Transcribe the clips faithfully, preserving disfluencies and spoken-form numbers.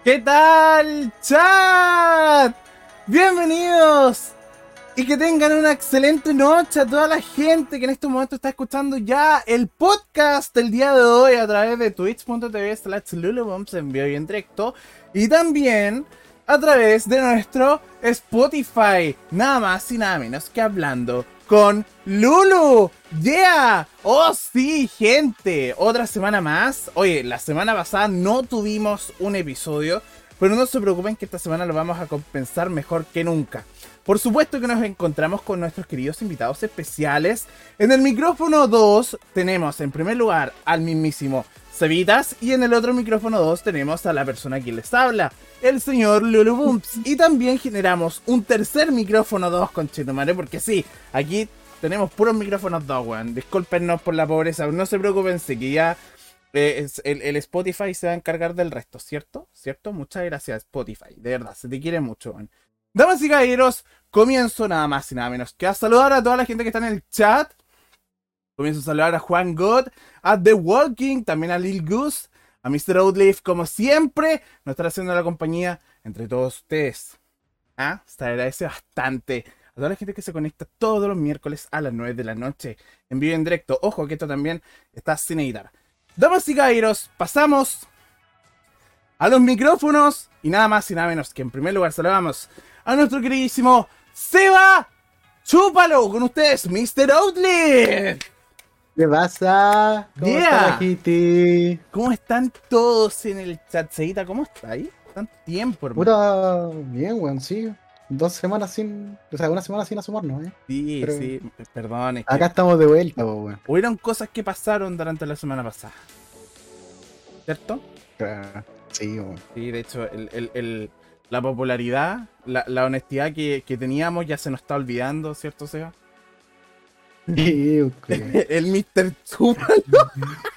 ¿Qué tal, chat? Bienvenidos y que tengan una excelente noche a toda la gente que en este momento está escuchando ya el podcast del día de hoy a través de twitch punto tv slash lulubumps en vivo y en directo y también a través de nuestro Spotify, nada más y nada menos que hablando con Lulu. ¡Yeah! ¡Oh sí, gente! Otra semana más. Oye, la semana pasada no tuvimos un episodio, pero no se preocupen que esta semana lo vamos a compensar mejor que nunca. Por supuesto que nos encontramos con nuestros queridos invitados especiales. En el micrófono dos tenemos en primer lugar al mismísimo Cevitas y en el otro micrófono dos tenemos a la persona que les habla, el señor Lulubumps. Y también generamos un tercer micrófono dos, conchetumare, porque sí, aquí tenemos puros micrófonos dos, weón. Discúlpenos por la pobreza, no se preocupen, sí, que ya eh, es, el, el Spotify se va a encargar del resto, ¿cierto? ¿Cierto? Muchas gracias, Spotify, de verdad, se te quiere mucho, weón. Damas y caballeros, comienzo nada más y nada menos que a saludar a toda la gente que está en el chat. Comienzo a saludar a Juan God, a The Walking, también a Lil Goose, a mister Outleaf, como siempre, nos estará haciendo la compañía entre todos ustedes. ¿Ah? Se agradece bastante a toda la gente que se conecta todos los miércoles a las nueve de la noche, en vivo y en directo. Ojo que esto también está sin editar. Damas y caballeros, pasamos a los micrófonos y nada más y nada menos que en primer lugar saludamos a nuestro queridísimo Seba Chúpalo, con ustedes, mister Outleaf. ¿Qué pasa? ¿Cómo Yeah. está la gente? ¿Cómo están todos en el chat? Seguita, ¿cómo está ahí? Tanto tiempo, hermano. Puta, bien, weón, sí. Dos semanas sin. O sea, una semana sin asomarnos, ¿eh? Sí, Pero sí, perdón. Es que acá estamos de vuelta, po, weón. hubieron cosas que pasaron durante la semana pasada, ¿cierto? Ah, sí, weón. Sí, de hecho, el, el, el, la popularidad, la, la honestidad que, que teníamos ya se nos está olvidando, ¿cierto, Seba? Sí, okay. El mister Chúpalo.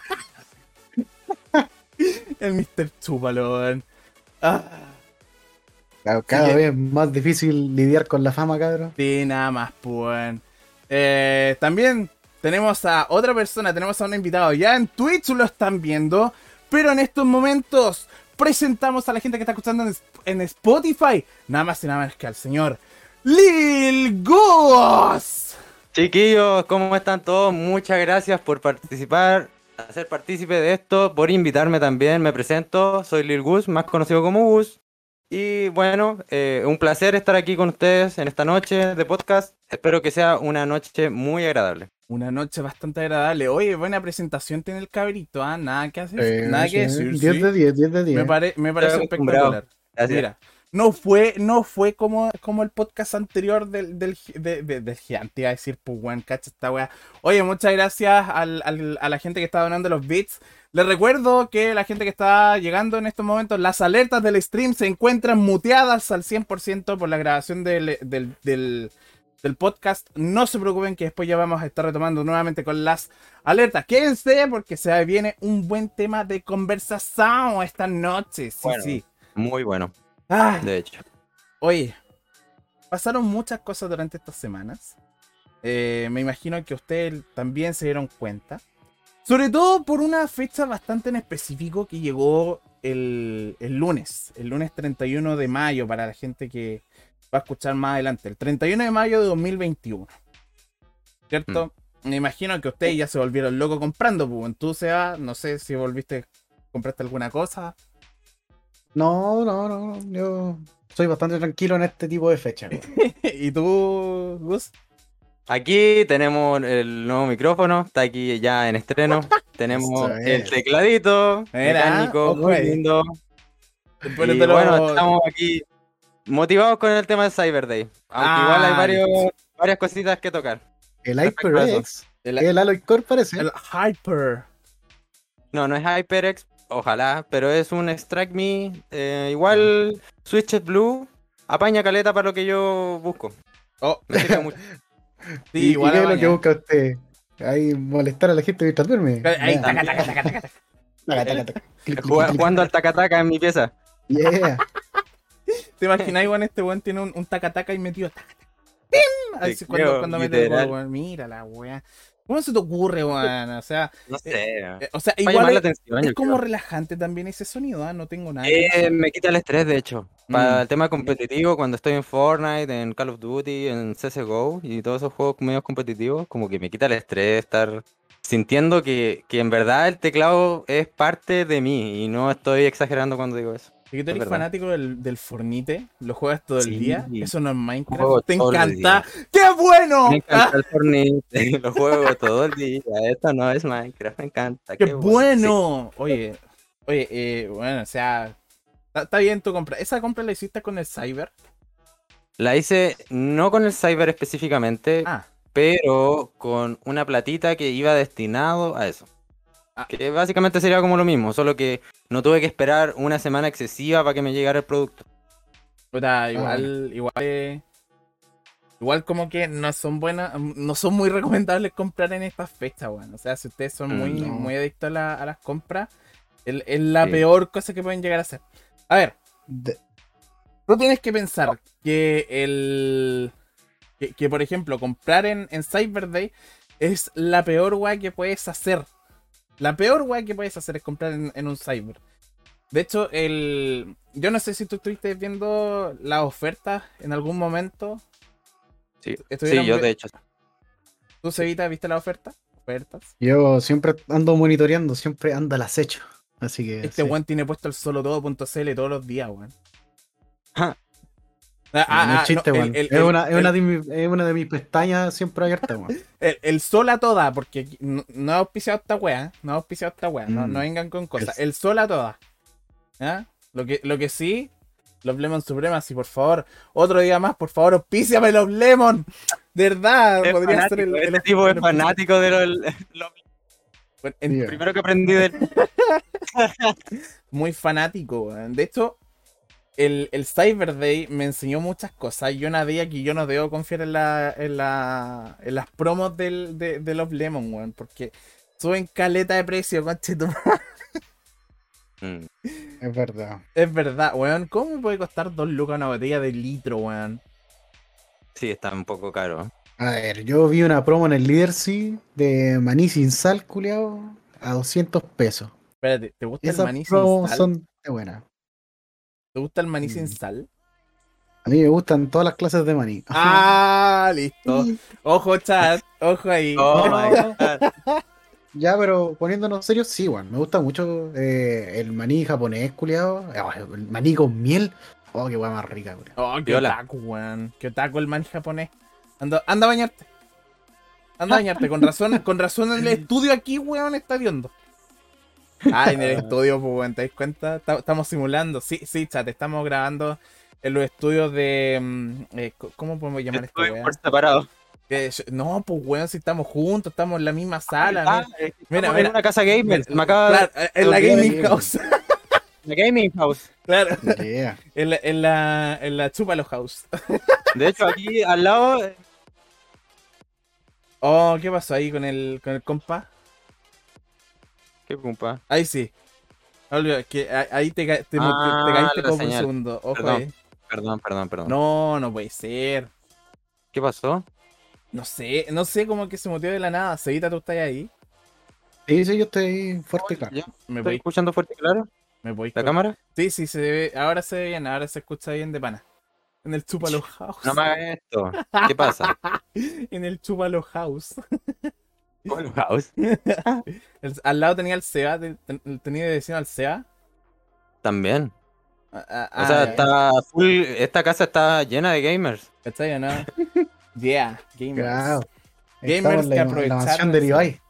El mister Chúpalo, weón. Ah, Cada, cada que- vez más difícil lidiar con la fama, cabrón. sí, nada más, pues. weón. Eh, también tenemos a otra persona, tenemos a un invitado. Ya en Twitch lo están viendo, pero en estos momentos presentamos a la gente que está escuchando en, en Spotify. Nada más y nada menos que al señor Lil Goose. Chiquillos, ¿cómo están todos? Muchas gracias por participar, a ser partícipe de esto, por invitarme también. Me presento, soy Lil Gus, más conocido como Gus. Y bueno, eh, un placer estar aquí con ustedes en esta noche de podcast. Espero que sea una noche muy agradable. Una noche bastante agradable. Oye, buena presentación tiene el cabrito, ¿ah? Nada que hacer, Eh, nada sí, que decir. diez sí. de diez, diez de Me, diez. pare- me parece Estoy acostumbrado. espectacular. Gracias. Mira, no fue, no fue como, como el podcast anterior del, del, gi- de- de- del gigante, iba a decir, pues weón, cacha esta weá. Oye, muchas gracias al, al- a la gente que está donando los bits. Les recuerdo que la gente que está llegando en estos momentos, las alertas del stream se encuentran muteadas al cien por ciento por la grabación del, del, del, del podcast. No se preocupen que después ya vamos a estar retomando nuevamente con las alertas. Quédense porque se viene un buen tema de conversación esta noche. Sí, Bueno. sí. Muy bueno, Ah, de hecho. oye, pasaron muchas cosas durante estas semanas. Eh, me imagino que ustedes también se dieron cuenta. Sobre todo por una fecha bastante en específico que llegó el, el lunes. El lunes treinta y uno de mayo para la gente que va a escuchar más adelante. El treinta y uno de mayo de dos mil veintiuno. ¿Cierto? Me imagino que ustedes ya se volvieron locos comprando. Pues. Tú, Seba, no sé si volviste, compraste alguna cosa. No, no, no. Yo soy bastante tranquilo en este tipo de fechas, weón. ¿Y tú, Gus? Aquí tenemos el nuevo micrófono, está aquí ya en estreno. Tenemos Eso es. el tecladito Mira, mecánico, ojo muy ahí. lindo. Pero Y te lo- bueno, estamos aquí motivados con el tema de Cyber Day. Aunque Ah, igual hay varios, varias cositas que tocar. El Respecto a eso. HyperX, el, el Alloy Core parece. el Hyper. No, no es HyperX, ojalá, pero es un Strike Me. eh, igual Switches Blue apaña caleta para lo que yo busco. Oh, Me sirve mucho. sí, ¿Y, igual y qué es lo apaña. que busca usted? Ahí molestar a la gente mientras duerme. Ahí, Ya. taca, taca, taca, taca, taca. Taca, taca, taca. Clic, clic, Jug- clic. Jugando al tacataca en mi pieza. Yeah. ¿Te imaginas, weón? Este weón tiene un, un taca taca y metido taca taca. ¡Pim! Así Te cuando, creo, cuando mete el literal. gol, weón. Mira la weá. ¿Cómo se te ocurre, weón? O sea, No eh, sé. eh, o sea, Para igual llamar la es, atención, es yo como creo. relajante también ese sonido, ¿ah? No tengo nada que Eh, decir. me quita el estrés, de hecho. Mm. Para el tema competitivo, cuando estoy en Fortnite, en Call of Duty, en C S G O y todos esos juegos medios competitivos, como que me quita el estrés estar sintiendo que, que en verdad el teclado es parte de mí y no estoy exagerando cuando digo eso. ¿Y que tú Es eres verdad. fanático del, del Fornite? ¿Lo juegas todo el día? Sí, ¿Eso no es lo Minecraft? juego ¿Te todos los encanta? días. ¡Qué Me bueno! ¡Ah! encanta el Fortnite, lo juego todo el día. Esto no es Minecraft, me encanta, ¡Qué qué bueno. Sí, bueno! Oye, oye, eh, bueno, o sea, está está bien tu compra. ¿Esa compra la hiciste con el Cyber? la hice no con el Cyber específicamente, Ah, pero con una platita que iba destinado a eso. ah, Que básicamente sería como lo mismo, solo que no tuve que esperar una semana excesiva para que me llegara el producto. puta, Ah, bueno. igual, igual, eh, igual como que no son buenas, no son muy recomendables comprar en estas fechas, weón. O sea, si ustedes son muy, Mm, No. muy adictos a, la- a las compras, el- es la sí. peor cosa que pueden llegar a hacer. A ver, De- tú tienes que pensar que el. Que, que, por ejemplo, comprar en, en Cyber Day es la peor weá que puedes hacer. La peor weá que puedes hacer es comprar en, en un Cyber. De hecho, el. Yo no sé si tú estuviste viendo las ofertas en algún momento. Sí, sí, ¿Estuvieron yo vi- de hecho. ¿Tú, Sí. Cevita, viste las ofertas? Ofertas. Yo siempre ando monitoreando, siempre ando al acecho. Así que Este sí. weón tiene puesto el solo todo punto c l todos los días, weón. Ja, Ah, No, no es ah, ah, no, chiste, el, weón. el, Es el, una, es el- una de mis, es una de mis pestañas siempre abiertas, weón. el- el sol a toda, porque aquí no, no he auspiciado esta weá, no he auspiciado esta weá, no, no Mm. vengan con cosas. El- El sol a toda. ¿Ah? Lo que, lo que sí, los Lemon Supremacy, por favor, otro día más, por favor, auspíciame los Lemon. De verdad, es podría ser fanático, el, el, este tipo el es fanático de lo, lo Bueno, en- Sí, primero que aprendí del... muy fanático, weón. De hecho, el, el Cyber Day me enseñó muchas cosas. Yo una de que yo no debo confiar en, la, en, la, en las promos del, de, de los Lemon, weón, porque suben caleta de precio, conchetum. Mm, es verdad. Es verdad, weón. ¿Cómo me puede costar dos lucas una botella de litro, weón? sí, está un poco caro. A ver, yo vi una promo en el Leadercy de maní sin sal, culiao, a doscientos pesos. Espérate, ¿te gusta el Esas maní sin promos sal? son de buenas. ¿Te gusta el maní sin Mm. sal? A mí me gustan todas las clases de maní. Ah, listo. Ojo, chat. Ojo ahí. Oh No, my no. God. Ya, pero poniéndonos serios, sí, weón. Me gusta mucho eh, el maní japonés, culiao. Ah, el maní con miel. Oh, qué weá más rica, culiao. Oh, qué Viola. otaku, weón. Qué otaku el maní japonés. Anda, anda a bañarte. Anda a bañarte. Con razón, con razón en el estudio aquí, weón, está viendo. Ah, en el estudio, pues, weón, ¿te das cuenta? Ta- Estamos simulando. Sí, sí, chat, estamos grabando en los estudios de. mm, eh, co- ¿Cómo podemos llamar esta Estoy weá? por separado. Eh, yo- no, pues, weón, si estamos juntos, estamos en la misma sala. Ah, mira. es que Mira, estamos mira. en una casa gamer. Mira, Me acaba claro, de... en la olvidar gaming el- house. La gaming house. Claro. Yeah. En la, en la, en la Chúpalo House. De hecho, aquí al lado... eh, Oh, ¿qué pasó ahí con el, con el compa? ¿Qué compa? Ahí sí. Olvida, que a- ahí te, ca- te, mo- te- te Ah, caíste la como un señal. segundo. Ojo Perdón. ahí. Perdón, perdón, perdón. No, no puede ser. ¿Qué pasó? No sé, no sé cómo que se motió de la nada. Cevita, tú estás ahí. Sí, sí, yo estoy fuerte, claro. ¿Ya? Me ¿Estoy voy, escuchando fuerte y claro? me voy. ¿La con- cámara? Sí, sí, se ve, ahora se ve bien, ahora se escucha bien de pana. En el Chúpalo House. No me hagas esto. ¿Qué pasa? En el Chúpalo House. Bueno, house. El- al lado tenía el Seba, te- ten- tenía de vecino al Seba. También. Ah, ah, O sea, ah, está full. Esta casa está llena de gamers. ¿Cachai o no? Yeah, gamers. Claro. Gamers Estamos en que la, en la aprovecharon mansión de eso. Levi.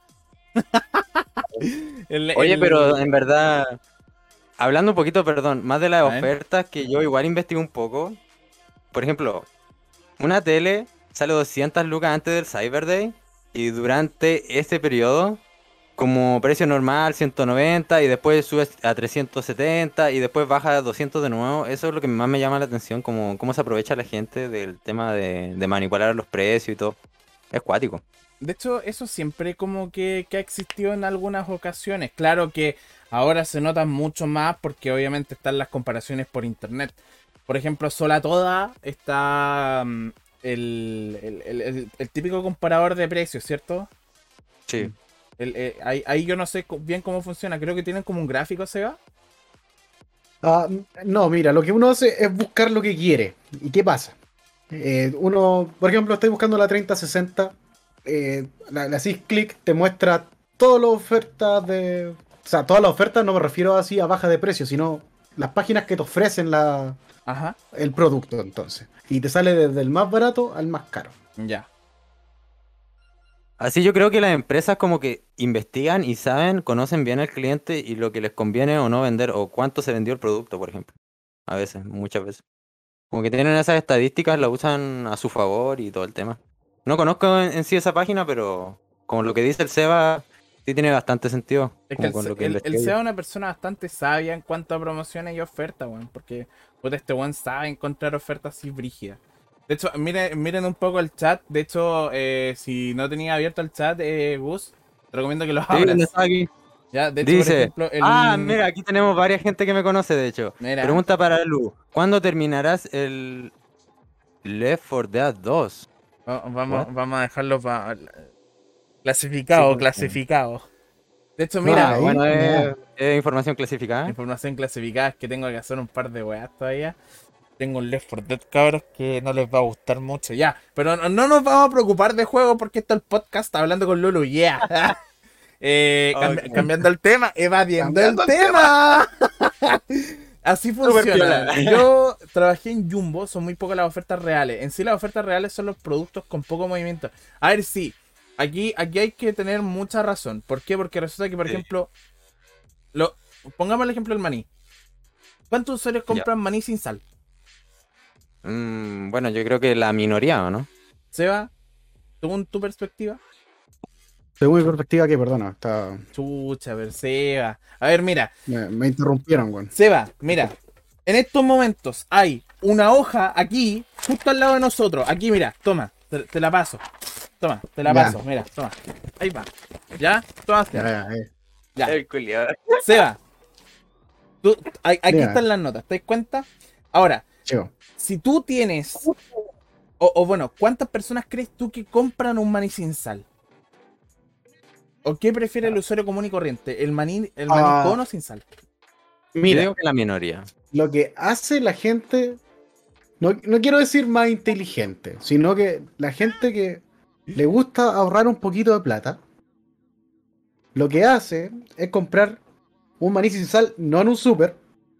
El- Oye, el- pero en verdad, hablando un poquito, perdón, más de las A ver. ofertas que yo igual investigué un poco. Por ejemplo, una tele sale doscientas lucas antes del Cyber Day y durante ese periodo, como precio normal, ciento noventa y después sube a trescientos setenta y después baja a doscientos de nuevo. Eso es lo que más me llama la atención, como cómo se aprovecha la gente del tema de, de manipular los precios y todo. Es cuático. De hecho, eso siempre como que, que ha existido en algunas ocasiones. Claro que ahora se nota mucho más porque obviamente están las comparaciones por internet. Por ejemplo, Sola Toda está mm, el, el- el- el- el típico comparador de precios, ¿cierto? Sí. El, eh, ahí, ahí yo no sé co- bien cómo funciona. Creo que tienen como un gráfico, Seba. Ah, no, mira, lo que uno hace es buscar lo que quiere. ¿Y qué pasa? Eh, uno, por ejemplo, estoy buscando la treinta sesenta. Eh, la, le hacís clic, te muestra todas las ofertas de. O sea, todas las ofertas no me refiero así a baja de precio, sino las páginas que te ofrecen la, Ajá. el producto, entonces. Y te sale desde el más barato al más caro. Ya. Así yo creo que las empresas como que investigan y saben, conocen bien al cliente y lo que les conviene o no vender o cuánto se vendió el producto, por ejemplo. A veces, muchas veces. Como que tienen esas estadísticas, las usan a su favor y todo el tema. No conozco en, en sí esa página, pero como lo que dice el Seba, sí tiene bastante sentido. Es que Como el, con Se- lo que el, el investigué Seba yo. es una persona bastante sabia en cuanto a promociones y ofertas, weón. Porque puta, este weón sabe encontrar ofertas así brígidas. De hecho, miren, miren un poco el chat. De hecho, eh, si no tenía abierto el chat, eh, Gus, te recomiendo que lo Sí, ¿dónde abras. está aquí? Ya, de hecho, por Dice, ejemplo, ah, el. mira, aquí tenemos varias gente que me conoce, de hecho. Mira, Pregunta para Lu, ¿cuándo terminarás el Left four Dead dos? va- What? vamos, vamos a dejarlo pa- Sí, clasificado, ¿por qué? clasificado. De hecho, No, mira, Ah, ahí, bueno, no. es, es información clasificada. información clasificada es que tengo que hacer un par de weas todavía. Tengo un Left four Dead, cabros, que no les va a gustar mucho. Ya, pero no, no nos vamos a preocupar de juego porque esto es el podcast hablando con Lulu. Yeah. Eh, cambi- Ok. cambiando el tema, evadiendo Cambiando el el tema. Así Súper funciona. piola. Yo trabajé en Jumbo, son muy pocas las ofertas reales. En sí, las ofertas reales son los productos con poco movimiento. A ver, sí, aquí, aquí hay que tener mucha razón. ¿Por qué? Porque resulta que, por Sí. ejemplo, lo, pongamos el ejemplo del maní. ¿Cuántos usuarios Ya. compran maní sin sal? Mm, bueno, yo creo que la minoría, ¿o no? Seba, según tu perspectiva. Según mi perspectiva, que perdona, está, Chucha, a ver, Seba. A ver, mira, me, me interrumpieron, weón. Seba, mira. En estos momentos hay una hoja aquí, justo al lado de nosotros. Aquí, mira, toma, te, te la paso. Toma, te la Ya. paso, mira, toma. Ahí va. ¿Ya? Toma, Ya, ya, eh. ya. El culiado. Seba, tú, a- aquí Dime. están las notas, ¿te das cuenta? Ahora, Chico. si tú tienes, o, o bueno, ¿cuántas personas crees tú que compran un maní sin sal? ¿O qué prefiere el usuario común y corriente? ¿El maní, el maní Ah. con o sin sal? Yo Mira, digo que la minoría. lo que hace la gente, no, no quiero decir más inteligente, sino que la gente que le gusta ahorrar un poquito de plata, lo que hace es comprar un maní sin sal, no en un súper,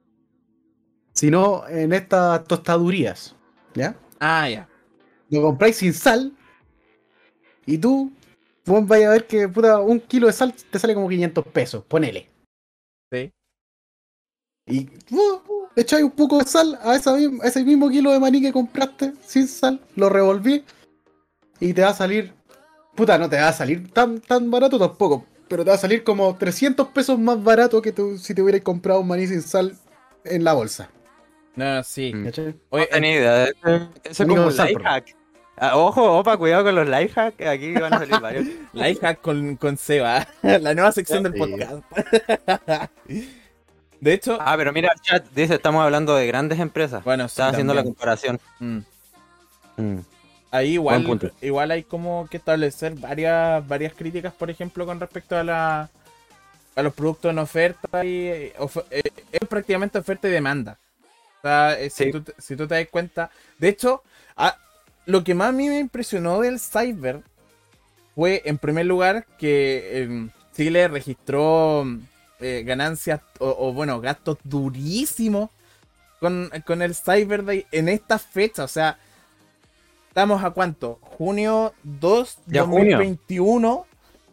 sino en estas tostadurías, ¿ya? Ah, ya. Lo compráis sin sal y tú, vos vais a ver que puta, un kilo de sal te sale como quinientos pesos, ponele. Sí. Y uh, echáis un poco de sal a, esa, misma- a ese mismo kilo de maní que compraste sin sal, lo revolví y te va a salir. Puta, no te va a salir tan, tan barato tampoco, pero te va a salir como trescientos pesos más barato que tú, si te hubieras comprado un maní sin sal en la bolsa. No, sí. Mm. ¿Cachai? No Oye, tenía idea. Eso es Amigo como un Sal, life perdón. hack. Ah, ojo, opa, cuidado con los life hacks. Aquí van a salir varios. Lifehack con, con Seba, la nueva sección del Sí. podcast. De hecho, Ah, pero mira el chat, dice, estamos hablando de grandes empresas. bueno, sí, Estaba haciendo la también. comparación. Mm. Mm. Ahí Buen igual, punto. igual hay como que establecer varias, varias críticas, por ejemplo, con respecto a la a los productos en oferta y eh, of- eh, es prácticamente oferta y demanda. O sea, eh, si, Sí. tú, te- si tú te das cuenta, de hecho, a- lo que más a mí me impresionó del Cyber fue, en primer lugar, que eh, Chile registró eh, ganancias o, o, bueno, gastos durísimos con, con el Cyber Day en esta fecha. O sea, estamos a cuánto? Junio dos, Ya, dos mil veintiuno,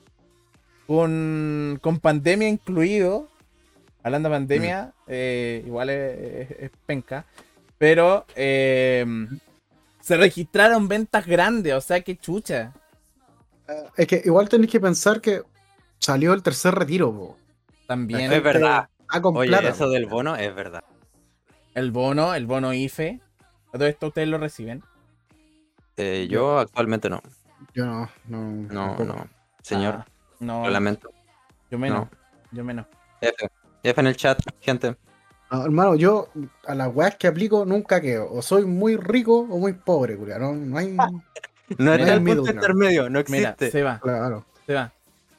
con, con pandemia incluido. Hablando de pandemia, eh, igual es, es- es penca. Pero eh, se registraron ventas grandes, o sea, que chucha. Es que igual tenéis que pensar que salió el tercer retiro, po. También Es verdad. Ah, con Oye, plata, eso po. del bono es verdad. el bono, el bono I F E. Todo esto ustedes lo reciben. Eh, yo actualmente no. Yo no, no. No, tampoco. no. Señor, Ah, no, lo lamento. yo menos. no. Yo menos. F. F en el chat, gente. No, hermano, yo a las weas que aplico nunca quedo. O soy muy rico o muy pobre, culiao. No, no hay. No Mira, está el mi punto duda. intermedio, no Mira, existe. se va, Claro. se va.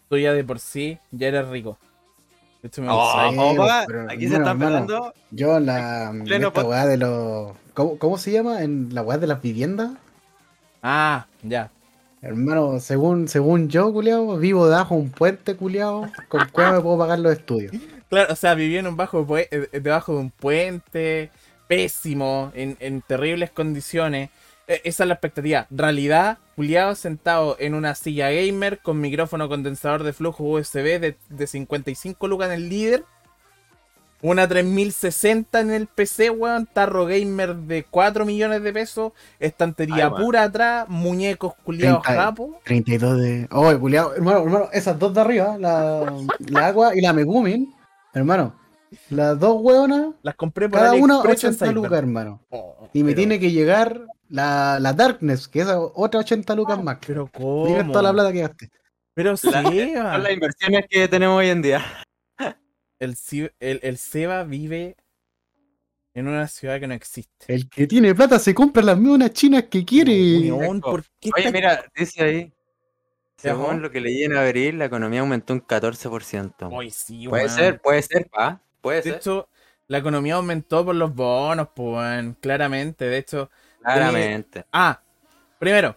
tú ya de por sí ya eres rico. De hecho, me Oh, gusta. Sí, opa, pero, aquí se hermano, están hermano, pegando. Yo en la en Pleno esta pod- weá de los. ¿Cómo, cómo se llama? En la weá de las viviendas. Ah, ya. Hermano, según, según yo, culiao, vivo debajo de un puente, culiao. Con cueva me puedo pagar los estudios. Claro, o sea, viví en un bajo pue- eh, debajo de un puente, pésimo, en, en terribles condiciones. Eh, esa es la expectativa. Realidad, Juliado sentado en una silla gamer con micrófono condensador de flujo U S B de, de cincuenta y cinco lucas en el líder. Una tres mil sesenta en el P C, weón. Tarro gamer de cuatro millones de pesos. Estantería Ay, weón. pura atrás. Muñecos culiados treinta, japo. treinta y dos de. Oh, culiao, hermano, hermano, esas dos de arriba, la, la agua y la Megumin, hermano, las dos hueonas, Las compré por cada una AliExpress en ochenta Cyber. lucas, hermano. Oh, Y me pero, tiene que llegar la, la Darkness, que es otra ochenta lucas más. pero Mira toda la ¿cómo? plata que gasté. Pero La- Seba. Son las inversiones que tenemos hoy en día. El, Ci- el, el Seba vive en una ciudad que no existe. El que tiene plata se compra las mismas chinas que quiere. Weón, ¿por qué Oye, está- mira, dice ahí. Ajá. Según lo que leí en abril, la economía aumentó un catorce por ciento. Ay, sí, Puede weón. ser, puede ser, pa. Puede De ser. hecho, la economía aumentó por los bonos, pues, weón, claramente. De hecho, Claramente. ah, primero,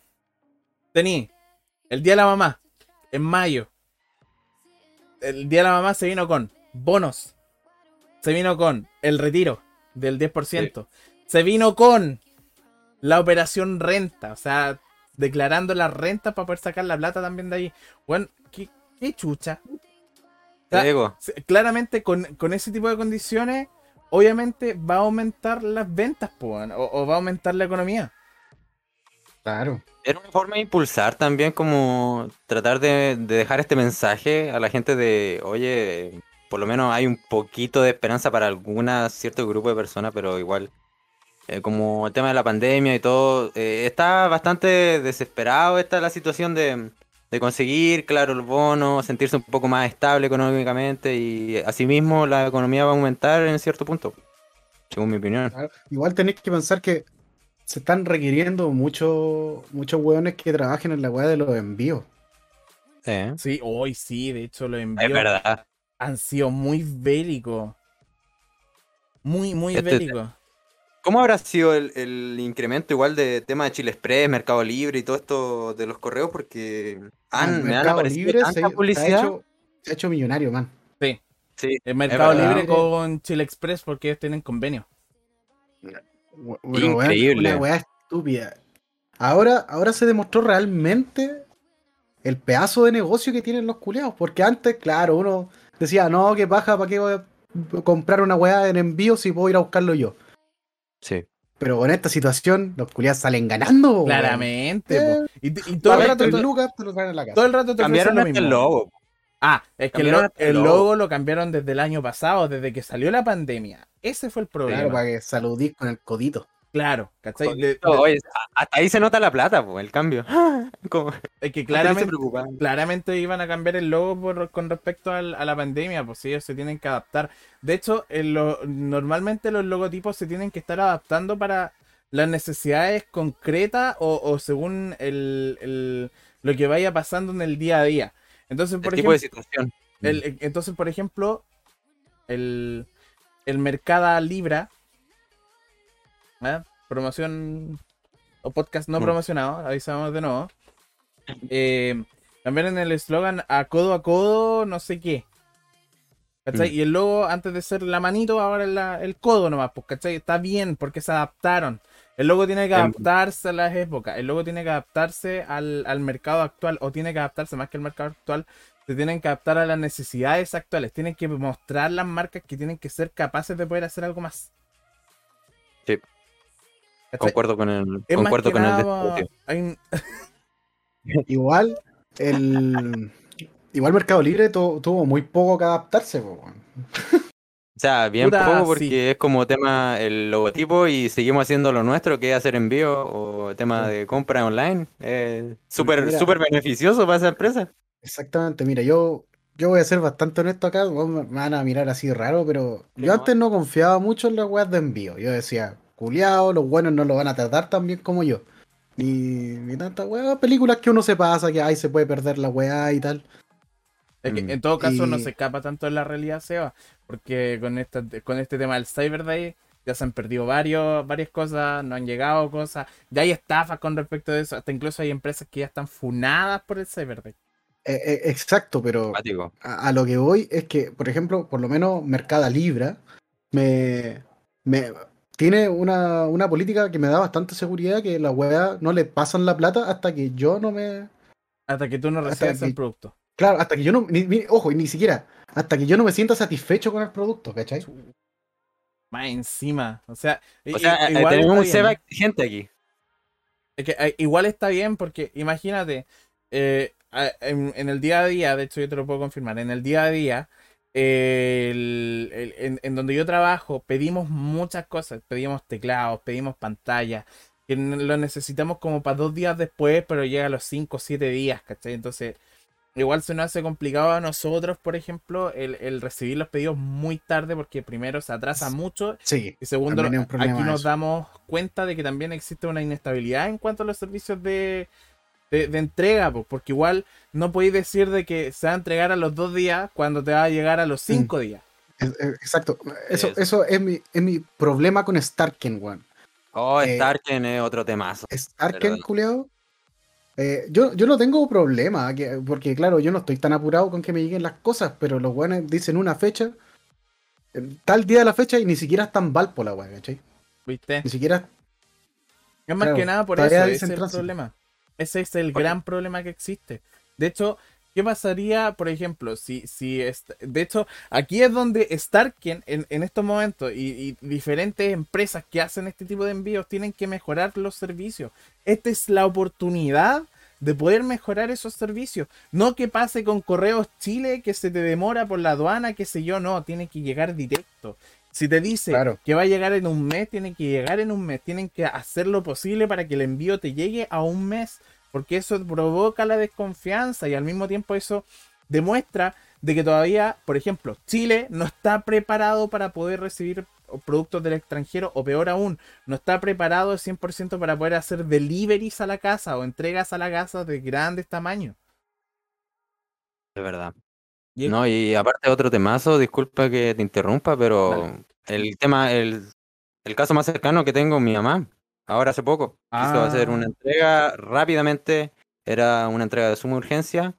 tení el Día de la Mamá, en mayo. El Día de la Mamá se vino con bonos. Se vino con el retiro del diez por ciento. Se vino con la operación renta. O sea, declarando la renta para poder sacar la plata también de ahí. Bueno, qué, qué chucha. O sea, Te digo, se- claramente con, con ese tipo de condiciones, obviamente va a aumentar las ventas, po, weón, o, o va a aumentar la economía. Claro. era una forma de impulsar también como tratar de, de dejar este mensaje a la gente de, oye, por lo menos hay un poquito de esperanza para alguna cierto grupo de personas, pero igual, eh, como el tema de la pandemia y todo, eh, está bastante desesperado esta la situación de, de conseguir, claro, el bono, sentirse un poco más estable económicamente y asimismo la economía va a aumentar en cierto punto, según mi opinión. Claro. Igual tenéis que pensar que se están requiriendo muchos muchos hueones que trabajen en la weá de los envíos. Sí, Sí, hoy sí, de hecho los es envíos verdad. han sido muy bélicos. Muy, muy Este- bélicos. ¿Cómo habrá sido el, el incremento igual de tema de Chile Express, Mercado Libre y todo esto de los correos? Porque han, El me han Mercado aparecido Libre tanta se, se ha publicidad. hecho, se ha hecho millonario, man. Sí, Sí, el Mercado es verdad. Libre con Chile Express porque ellos tienen convenio. Pero, weón, Increíble. una weá estúpida. Ahora, ahora se demostró realmente el pedazo de negocio que tienen los culeados. Porque antes, claro, uno decía, no, qué paja, ¿para qué voy a comprar una weá en envío si puedo ir a buscarlo yo? Sí. Pero con esta situación, los culiados salen ganando, weón. Claramente, Eh, po. Y, y todo el Pagáis rato tres to- lucas, te lo traen a la casa. todo el rato te ofrecen Cambiaron lo hasta el mismo. logo. Ah, es que el, Cambiaron lo- hasta el el logo. logo lo cambiaron desde el año pasado, desde que salió la pandemia. Ese fue el Claro, problema. para que saludís con el codito. Claro, ¿cachai? De- de- Oye, a- hasta ahí se nota la plata, po, el cambio. Como, es que hasta ahí se claramente, preocupan. claramente iban a cambiar el logo por- con respecto al- a la pandemia, pues ellos se tienen que adaptar. De hecho, en lo- normalmente los logotipos se tienen que estar adaptando para las necesidades concretas o, o según el, el- lo que vaya pasando en el día a día. Entonces, por El tipo ejemplo, de situación. el- el- entonces, por ejemplo, el, el Mercado Libra, ¿eh? Promoción o podcast no Mm. promocionado, avisamos de nuevo. Eh, cambiaron el eslogan a codo a codo, no sé qué. ¿Cachai? Mm. Y el logo, antes de ser la manito, ahora es la- el codo nomás, pues, ¿cachai? Está bien, porque se adaptaron. El logo tiene que Em. adaptarse a las épocas, el logo tiene que adaptarse al, al mercado actual, o tiene que adaptarse más que el mercado actual, se tienen que adaptar a las necesidades actuales, tienen que mostrar las marcas que tienen que ser capaces de poder hacer algo más. Sí. ¿Cachai? Concuerdo con el, Es más concuerdo que con el nada, desprecio. hay un- Igual, el. Igual Mercado Libre tu- tuvo muy poco que adaptarse, po, weón. O sea, bien Puta, poco porque sí. es como tema el logotipo y seguimos haciendo lo nuestro, que es hacer envío o tema Sí. de compra online. Eh, súper, Mira. súper beneficioso para esa empresa. Exactamente, mira, yo, yo voy a ser bastante honesto acá, weón, me me van a mirar así raro, pero Sí, yo no. antes no confiaba mucho en las weas de envío. Yo decía, culiao, los buenos no lo van a tratar tan bien como yo. Ni, ni tanta wea, películas que uno se pasa, que ahí se puede perder la wea y tal. Es que Mm. en todo caso no Y- se escapa tanto de la realidad, Seba, porque con esta, con este tema del Cyber Day ya se han perdido varios, varias cosas, no han llegado cosas, ya hay estafas con respecto a eso, hasta incluso hay empresas que ya están funadas por el Cyber Day. eh, eh, exacto, pero Cuático. a, a lo que voy es que, por ejemplo, por lo menos Mercado Libra me, me tiene una, una política que me da bastante seguridad que la weá no le pasan la plata hasta que yo no me. Hasta que tú no Hasta recibes el que, producto. claro, hasta que yo no. Ni, ni- ojo, y ni siquiera. Hasta que yo no me sienta satisfecho con el producto, ¿cachai? Más encima, o sea, i- O sea, i- eh, igual tenemos está un Seba bien. exigente aquí. Es que eh, igual está bien porque imagínate, eh, a- en, en el día a día, de hecho yo te lo puedo confirmar, en el día a día, eh, el- el- en, en donde yo trabajo, pedimos muchas cosas, pedimos teclados, pedimos pantallas, que n- lo necesitamos como para dos días después, pero llega a los cinco o siete días, ¿cachai? Entonces, igual se nos hace complicado a nosotros, por ejemplo, el, el recibir los pedidos muy tarde porque primero se atrasa mucho Sí, y segundo, también es un aquí problema nos eso. damos cuenta de que también existe una inestabilidad en cuanto a los servicios de, de, de entrega, po, porque igual no podéis decir de que se va a entregar a los dos días cuando te va a llegar a los Mm, cinco días. es- es- exacto. Eso, Eso. eso es mi, es mi problema con Starken, weón. Oh, Eh, Starken es otro temazo. Starken, ¿Verdad? culeado. Eh, yo, yo no tengo problema, que- porque claro, yo no estoy tan apurado con que me lleguen las cosas, pero los weones dicen una fecha, eh, tal día de la fecha y ni siquiera están Valpo la weá, ¿cachai? ¿Viste? Ni siquiera, Es más que claro, nada por todavía eso, ese dicen es el tránsito. problema. Ese es el Oye. gran problema que existe. De hecho, ¿qué pasaría, por ejemplo, si, si est- de hecho, aquí es donde Starken en, en estos momentos y, y diferentes empresas que hacen este tipo de envíos tienen que mejorar los servicios? Esta es la oportunidad de poder mejorar esos servicios. No que pase con Correos Chile, que se te demora por la aduana, qué sé yo, no, tiene que llegar directo. Si te dice Claro. que va a llegar en un mes, tiene que llegar en un mes. Tienen que hacer lo posible para que el envío te llegue a un mes. Porque eso provoca la desconfianza y al mismo tiempo eso demuestra de que todavía, por ejemplo, Chile no está preparado para poder recibir productos del extranjero o peor aún, no está preparado al cien por ciento para poder hacer deliveries a la casa o entregas a la casa de grandes tamaños. Es verdad. Y es- No, y aparte otro temazo, disculpa que te interrumpa, pero Dale. el tema, el, el caso más cercano que tengo, mi mamá, ahora hace poco, quiso hacer una Ah, entrega rápidamente, era una entrega de suma urgencia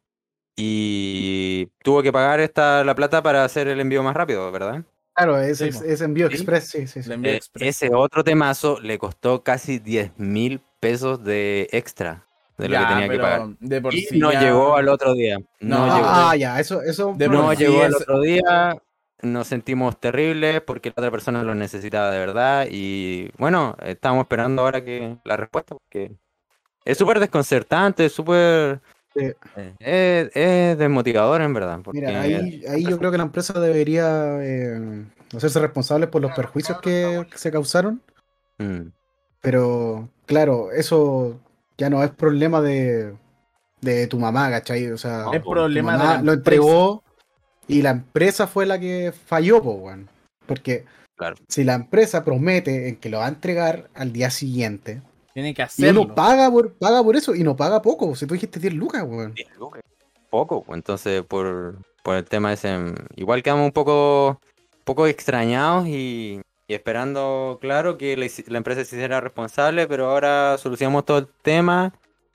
y tuvo que pagar esta la plata para hacer el envío más rápido, ¿verdad? Claro, es, sí, es, po, es envío Sí. express, sí, sí, el sí. envío Eh, express. ese otro temazo le costó casi diez mil pesos de extra de lo que Ya, tenía que pagar. pero de por Y sí no ya. llegó al otro día. No, No, llegó. Ah, ah, de, ya, eso, eso es un de por No sí problema. llegó al es. otro día. Nos sentimos terribles porque la otra persona lo necesitaba de verdad. Y bueno, estamos esperando ahora que la respuesta porque es súper desconcertante, es súper. Eh, eh, Es, es desmotivador en verdad. Mira, Porque ahí, ahí yo creo que la empresa debería eh, hacerse responsable por los perjuicios que, que se causaron, Mm, pero claro, eso ya no es problema de, de tu mamá, ¿cachai? O sea, Es no, po. tu problema de la mamá lo empresa. entregó y la empresa fue la que falló, po, weón. Porque Claro. si la empresa promete en que lo va a entregar al día siguiente, Tiene que y uno hacerlo. paga por, paga por eso y no paga poco, si tú dijiste diez lucas, weón. diez lucas. Poco, pues, entonces por, por el tema ese, mm, igual quedamos un poco, poco extrañados y, y esperando, claro, que la, hici- la empresa se hiciera responsable, pero ahora solucionamos todo el tema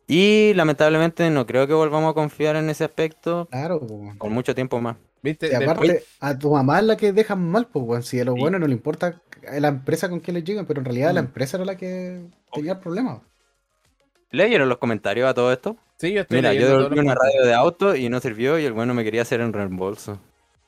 y lamentablemente no creo que volvamos a confiar en ese aspecto Claro, po, weón. por mucho tiempo más. ¿Viste? Y Después, aparte, a tu mamá es la que dejan mal, pues, weón. Si a los Sí. buenos no le importa a la empresa con que les lleguen, pero en realidad la Mm. empresa era la que tenía el problema. ¿Leyeron los comentarios a todo esto? sí, yo estoy Mira, yo leyendo todos devolví los una comentarios. radio de auto y no sirvió y el bueno me quería hacer en reembolso.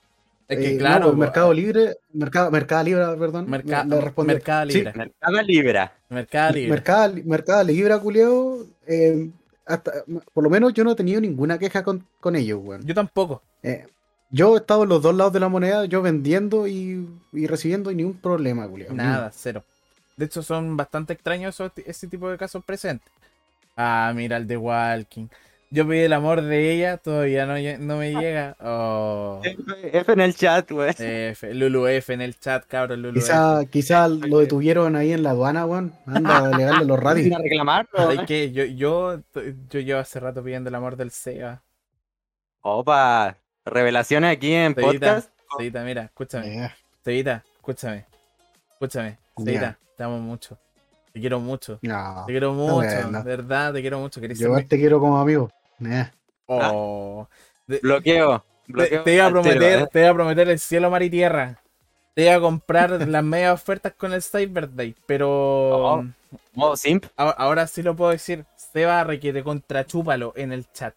Es que Eh, claro, no, pues, po, Mercado eh, Libre, Mercado, Mercado Libre, perdón, Merca- le respondió. Mercado Sí, Libre. Mercado Libra. Mercado Libre. Mercado, Mercado Libre, culeo, eh, hasta, por lo menos yo no he tenido ninguna queja con, con ellos, weón. Yo tampoco. Eh, yo he estado en los dos lados de la moneda, yo vendiendo y, y recibiendo y ni un problema, culeo. ni Nada, cero. De hecho, son bastante extraños esos- ese tipo de casos presentes. Ah, mira el de Walking. Yo pedí el amor de ella, todavía no, lle- no me llega. Oh. F, F en el chat, güey. F, Lulu F en el chat, cabrón, Lulu Quizá, F. quizá lo detuvieron ahí en la aduana, weón. Anda a alegarle los radios. a reclamarlo. ¿Sabes qué? Yo, yo, yo llevo hace rato pidiendo el amor del Seba. Opa, revelaciones aquí en Cevita, podcast. Cevita, mira, escúchame. Yeah. Cevita, escúchame. Escúchame. Cevita, Ya. te amo mucho. Te quiero mucho. No, Te quiero no, mucho. weón, no. De verdad, te quiero mucho. ¿Querés Yo ser igual mi- te quiero como amigo. Yeah. Oh. De- Bloqueo. te, bloqueo te iba a al tiro, prometer, ¿eh? te iba a prometer el cielo, mar y tierra. Te iba a comprar las medias ofertas con el Cyber Day, pero Oh. Modo simp. a- ahora sí lo puedo decir. Seba requiere contrachúpalo en el chat.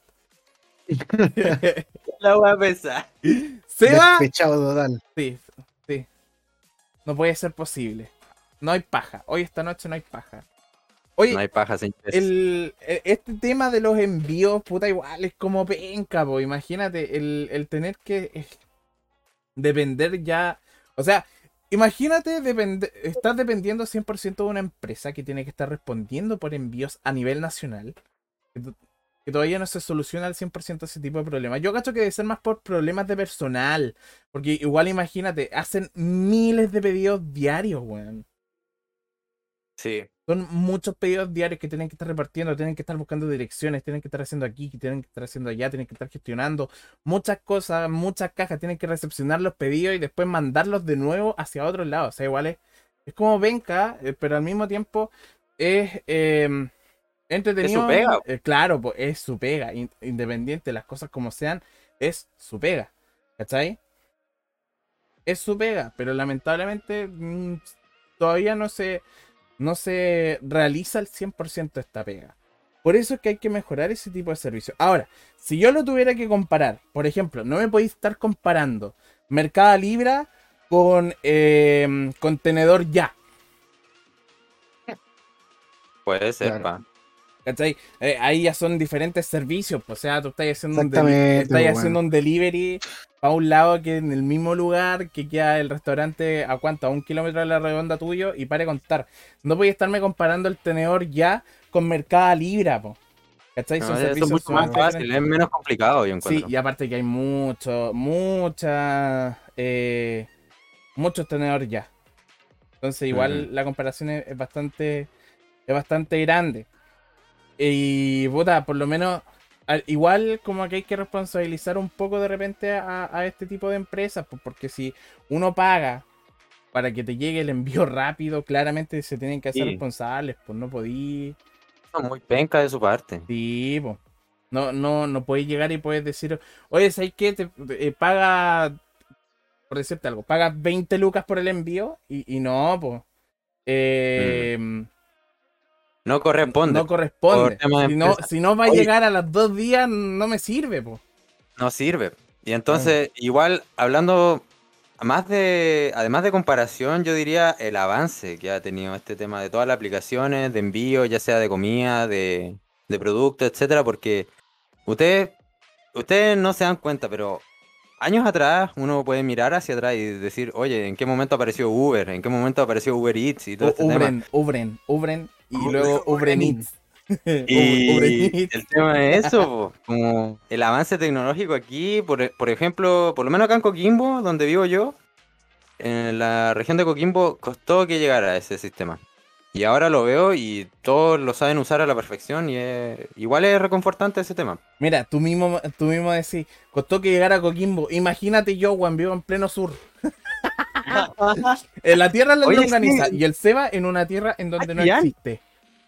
La voy a pensar. Seba, Despechado total. sí, sí. No puede ser posible. No hay paja. Hoy esta noche no hay paja. Oye, No hay paja sin pez. el, e- este tema de los envíos, puta, igual es como penca, po. Imagínate, el, el tener que eh, depender ya. O sea, imagínate depende- estar dependiendo cien por ciento de una empresa que tiene que estar respondiendo por envíos a nivel nacional. Que, to- que todavía no se soluciona al cien por ciento ese tipo de problemas. Yo cacho que debe ser más por problemas de personal. Porque igual imagínate, hacen miles de pedidos diarios, weón. Sí. Son muchos pedidos diarios que tienen que estar repartiendo, tienen que estar buscando direcciones, tienen que estar haciendo aquí, que tienen que estar haciendo allá, tienen que estar gestionando muchas cosas, muchas cajas, tienen que recepcionar los pedidos y después mandarlos de nuevo hacia otro lado. O sea, igual es, es como venca, eh, pero al mismo tiempo es eh, entretenido. Es su pega. Eh, claro, pues es su pega, in- independiente de las cosas como sean, es su pega. ¿Cachai? Es su pega, pero lamentablemente mm, todavía no se no se realiza al cien por ciento esta pega. Por eso es que hay que mejorar ese tipo de servicio. Ahora, si yo lo tuviera que comparar, por ejemplo, no me podéis estar comparando Mercado Libre con eh, Contenedor Ya. Puede ser, Claro. pa. ¿Cachai? Eh, ahí ya son diferentes servicios. Pues, o sea, tú estás haciendo, un, deli- Exactamente, estás pues, haciendo bueno. un delivery a un lado que en el mismo lugar que queda el restaurante a cuánto, a un kilómetro de la redonda tuyo y pare de contar. No voy a estarme comparando el tenedor Ya con Mercado Libre, po. ¿Cachai? No, Son eso es servicios mucho más sumamente fácil, diferentes. es menos complicado, yo Sí, encuentro. y aparte que hay mucho, mucha, eh, muchos tenedores ya. Entonces igual Ujú. la comparación es, es bastante, es bastante grande. Y puta, por lo menos, al- igual como que hay que responsabilizar un poco de repente a, a este tipo de empresas, pues, porque si uno paga para que te llegue el envío rápido, claramente se tienen que hacer Sí. responsables, pues no podí. Eso es muy penca de su parte. Sí, po. No, no, no puedes llegar y puedes decir, oye, ¿sabes qué? Te, eh, paga, por decirte algo, paga veinte lucas por el envío y, y no, pues. No corresponde. no corresponde. por tema de Si no, empresa. si no va a Oye. llegar a los dos días, no me sirve, pues. No sirve. Y entonces, igual, hablando más de, además de comparación, yo diría el avance que ha tenido este tema de todas las aplicaciones de envío, ya sea de comida, de, de productos, etcétera, porque ustedes, ustedes no se dan cuenta, pero años atrás uno puede mirar hacia atrás y decir, oye, ¿en qué momento apareció Uber? ¿En qué momento apareció Uber Eats y todo este tema? Ubren, Ubren, Ubren y Uber- luego Ubren Ubren. Eats. Y Ubren Eats. el tema es eso, po, como el avance tecnológico aquí, por, e- por ejemplo, por lo menos acá en Coquimbo, donde vivo yo, en la región de Coquimbo costó que llegara a ese sistema. Y ahora lo veo y todos lo saben usar a la perfección y es- igual es reconfortante ese tema. Mira, tú mismo, tú mismo decís, costó que llegara a Coquimbo. Imagínate yo, Juan, vivo en pleno sur. En la tierra de la Oye, longaniza sí. y el Seba en una tierra en donde no ya. existe.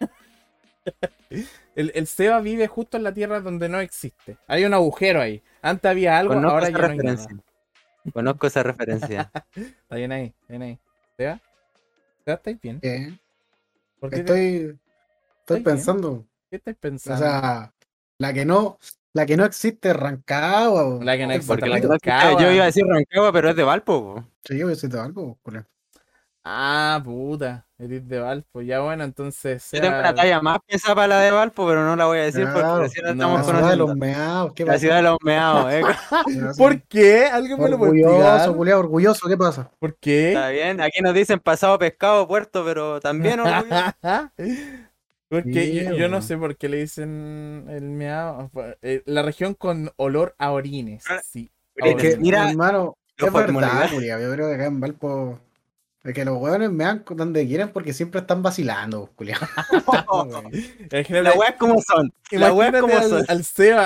El, el Seba vive justo en la tierra donde no existe. Hay un agujero ahí. Antes había algo, Conozco ahora esa ya no hay nada. referencia. Conozco esa referencia. Está bien ahí, bien ahí. ¿Seba? ¿Seba, estáis bien? Eh, ¿Por qué, te- Estoy, estoy ¿Estáis bien? pensando. ¿Qué estás O pensando? sea, la que no, la que no existe es Rancagua. po. La que no Es existe, Porque la la que verdad es que Rancagua. yo iba a decir Rancagua, pero es de Valpo, po. Sí, yo soy de algo, culo. Ah, puta. Eres de Valpo. Ya bueno, entonces. Yo tengo Seba- una talla más pesada para la de Valpo, pero no la voy a decir porque Claro, recién la no. estamos La ciudad de los conociendo. meados, ¿qué La pasa? ciudad de los meados, eh. ¿Por qué? ¿Alguien me lo puede Orgulloso, explicar? culiao, orgulloso, ¿qué pasa? ¿Por qué? Está bien, aquí nos dicen pasado pescado, puerto, pero también orgulloso. Porque Sí, yo, yo no bueno. sé por qué le dicen el meado. Eh, La región con olor a orines. Sí. a Es que, orines. Mira, hermano, lo es verdad, formulidad. culiao, yo creo que acá en Valpo, es que los hueones me dan donde quieren porque siempre están vacilando, culiao. Imagínate, Las weas como son. Las weas imagínate como al, son. al Seba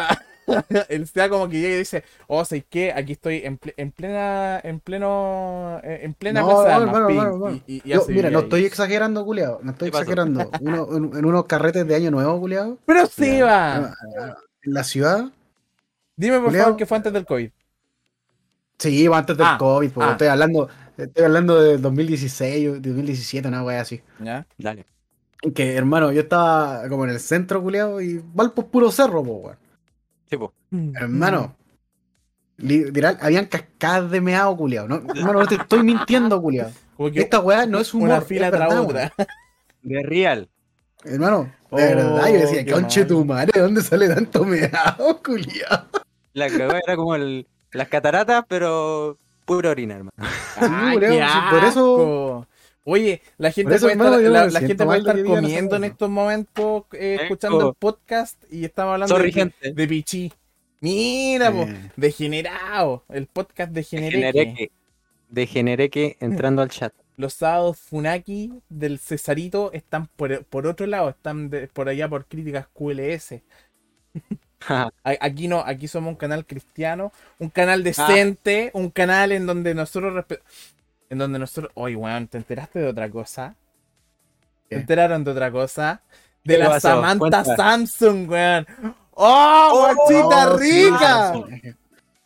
El S E A como que llega y dice, oh, ¿sabes qué? Aquí estoy en, ple- en plena, en pleno, eh, en plena No, plaza de hermano, armas, hermano, ping, hermano, hermano. y, y- y Yo, hace mira, vivir no ahí. estoy exagerando, culiao. No estoy ¿Qué pasó? exagerando. Uno, en, en unos carretes de año nuevo, culiao. Pero Ya. Seba, En la ciudad, dime por favor culiao. que fue antes del COVID. Sí, iba antes del Ah, COVID, porque ah. estoy hablando, estoy hablando de dos mil dieciséis, dos mil diecisiete, una wea así. ¿Ya? Dale. Que, hermano, yo estaba como en el centro, culiao, y Valpo es puro cerro, po, weón. Sí, po. Hermano, literal, habían cascadas de meado, culiao. No, hermano, no te estoy mintiendo, culiao. Como que Esta weá no es humor, una fila es tras verdad, otra. weón. De real. Hermano, Oh, de verdad, yo decía, qué conche mal. tu madre, ¿de dónde sale tanto meado, culiao? La cagó era como el, las cataratas, pero pura orina, hermano. ¡Ah, Sí, qué culiao, sí, por eso- asco! Oye, la gente Por eso, puede hermano, estar, yo no la, me la siento gente puede mal de que estar digan esa comiendo en weá. estos momentos, eh, Eco. escuchando el podcast y estamos hablando Sorry, de, gente. de Pichí. Mira, po, Eh. degenerado, el podcast degenereque. Degenereque. Degenereque entrando al chat. Los sábados Funaki del Cesarito están por, por otro lado, están de- por allá por críticas Q L S. A- Aquí no, aquí somos un canal cristiano, un canal decente, un canal en donde nosotros respe- en donde nosotros, oye, weón, ¿te enteraste de otra cosa? ¿Te ¿Qué? enteraron de otra cosa? De ¿Qué la pasó? Samantha Cuenta. Samsung, weón. ¡Oh, Oh, guachita Oh, sí, rica! sí, sí.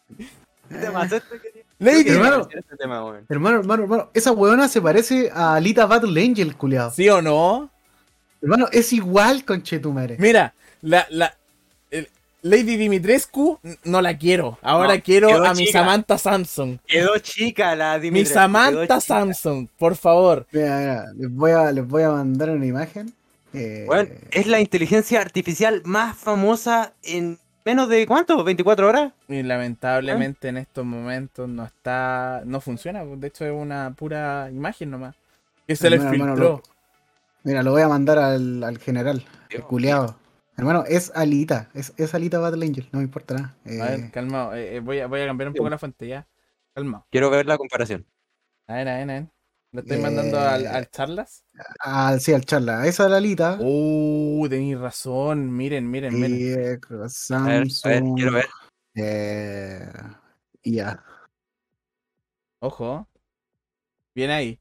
Lady, Hermano. Este tema, weón. Hermano, hermano, hermano, esa weona se parece a Alita Battle Angel, culiao. ¿sí o no? Hermano, es igual, conche tu madre. Mira, la, la el- Lady Dimitrescu n- no la quiero. Ahora No, quiero quedó a mi chica. Samantha Samsung. Quedó chica la Mi Dimitrescu, Samantha quedó chica. Samsung, por favor. Mira, mira, les voy a, les voy a mandar una imagen. Eh, Weón, es la inteligencia artificial más famosa en menos de ¿cuánto? ¿veinticuatro horas? Y lamentablemente en estos momentos no está, no funciona. De hecho es una pura imagen nomás. Que se le Hermano, hermano, filtró. lo- mira, lo voy a mandar al, al general, el Dios culiao. Hermano, es Alita, es, es Alita Battle Angel, no me importa nada. Eh, A ver, calmado. eh, eh, voy, a, voy a cambiar un poco la fuente ya. Calmado. Quiero ver la comparación. A ver, a ver, a ver. Lo estoy Eh, mandando al, al charlas. al, sí, al charla. Esa es la Alita. Uh, tenéis razón. Miren, miren, miren. y eh, A ver, Samsung. a ver, quiero ver. eh, y ya. Ojo. Bien ahí.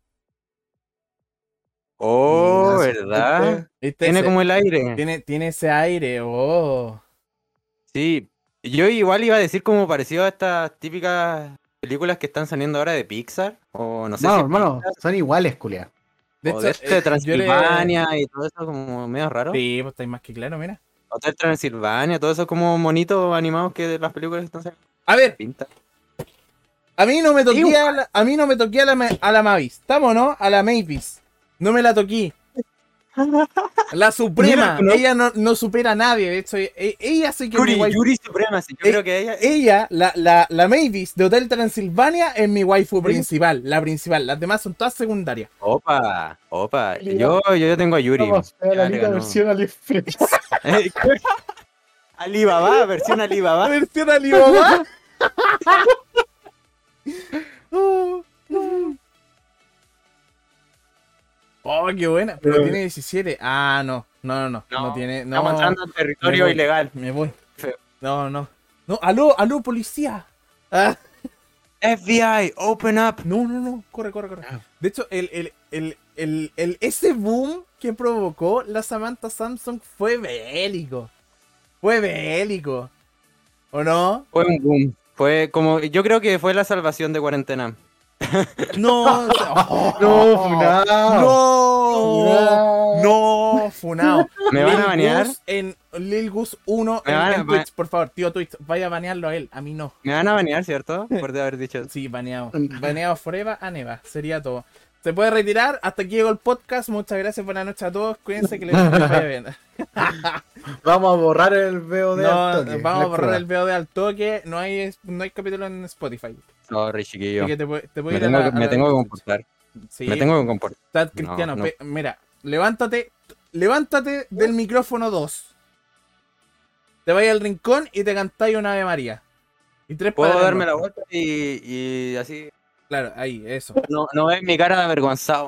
Oh, Y ¿verdad? este- ¿Viste? Tiene Ese- como el aire. tiene, tiene ese aire. Oh. Sí. Yo igual iba a decir como parecido a estas típicas películas que están saliendo ahora de Pixar. O no sé Hermano, si hermano, son iguales, culia. De o de hecho, este de eh, yo le- Transilvania y todo eso como medio raro. Sí, pues estáis más que claro, mira. Hotel Transilvania, todo eso como monitos animados que de las películas que están saliendo. A ver, Pinta. a mí no me toqué Igual. a la, a mí no me toqué a la, Ma- a la Mavis. ¿Estamos, no? A la Mavis. No me la toqué. La Suprema. Mira, ¿no? Ella no, no supera a nadie. De hecho, e- ella sí que es mi Yuri, waifu. Yuri Supremacy. Yo Eh, creo que ella. Ella, la, la, la Mavis de Hotel Transilvania, es mi waifu principal. La principal. Las demás son todas secundarias. Opa, opa. Yo, yo, yo tengo a Yuri. Vamos a ver la Ya le Alita ganó. versión AliExpress. Alibaba, versión La Alibaba. versión Alibaba. Oh, oh, qué buena. Pero Eh. tiene diecisiete. Ah, no. No, no, no. No, No, tiene. No. Estamos entrando en territorio voy. ilegal. Me voy. Feo. No, no. No, aló, aló, policía. Ah, F B I, open up. no, no, no. Corre, corre, corre. Ah. De hecho, el, el, el, el, el- ese boom que provocó la Samantha Samsung fue bélico. Fue bélico. ¿O no? Fue un boom. Fue como, yo creo que fue la salvación de cuarentena. No. o sea, oh, No, funado. No. No, funao. ¿Me van a Lil banear? Gus en Lil Gus uno Me en, van a en ba- Twitch, por favor, tío Twitch, vaya a banearlo a él, a mí no. Me van a banear, ¿cierto? Por de haber dicho. Sí, baneado. Baneado forever a Neva, sería todo. Se puede retirar, hasta aquí llegó el podcast, muchas gracias, buenas noches a todos, cuídense que les vaya bien. Vamos a borrar el V O D. No, al toque, vamos a no es borrar prueba. el V O D al toque, no hay, no hay capítulo en Spotify. Sorry, chiquillo. Así que te, pu- te puedo Me ir a tengo, la- que, a me la- tengo que comportar. Sí, Me tengo que comportar. Chat Cristiano, no. pe- mira, levántate, levántate del micrófono dos. Te vais al rincón y te cantáis una Ave María. Y tres Puedo Padres darme la Nuestros. vuelta y, y así. Claro, ahí, eso. No, no ves mi cara de avergonzado.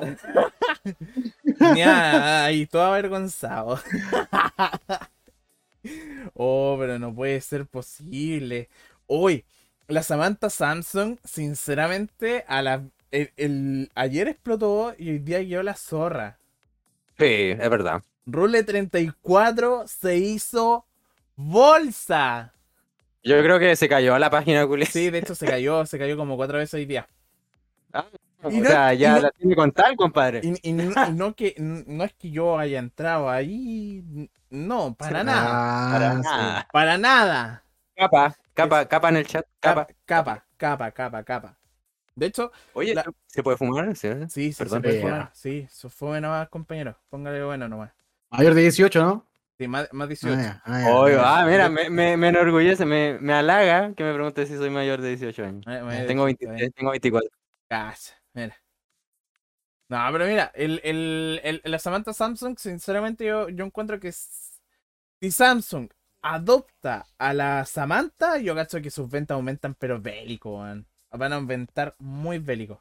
Ya, ahí, todo avergonzado. Oh, pero no puede ser posible. Hoy, la Samantha Samsung, sinceramente, a la, el, el- ayer explotó y hoy día quedó la zorra. Sí, es verdad. Rule treinta y cuatro se hizo bolsa. Yo creo que se cayó la página, culia. Sí, de hecho se cayó, se cayó como cuatro veces hoy día. Ah, Y o no, sea, y ya no- la tiene con tal, compadre. Y, y no, y no que no es que yo haya entrado ahí, no, para nada, Para Ah, sí. nada. para nada. Capa, capa, Es- capa en el chat. Capa, Capa. capa, capa, capa, capa. De hecho, Oye, la- ¿se puede fumar? Sí, sí, sí, se perdón. puede Sí, fumar. ya. Sí, eso fue nomás, compañero. Póngale bueno nomás. Mayor de dieciocho, ¿no? Sí, más, más Ah, dieciocho. ya, ah, ya, Oye, ya. ah, mira, De- me, me, me enorgullece, me, me halaga que me pregunte si soy mayor de dieciocho años. más- más Tengo dieciocho, veintitrés, eh. tengo veinticuatro. Cacha, mira. No, pero mira, el, el, el- la Samantha Samsung, sinceramente, yo, yo encuentro que s- si Samsung adopta a la Samantha, yo cacho que sus ventas aumentan, pero bélico, weón. Van a aumentar muy bélico.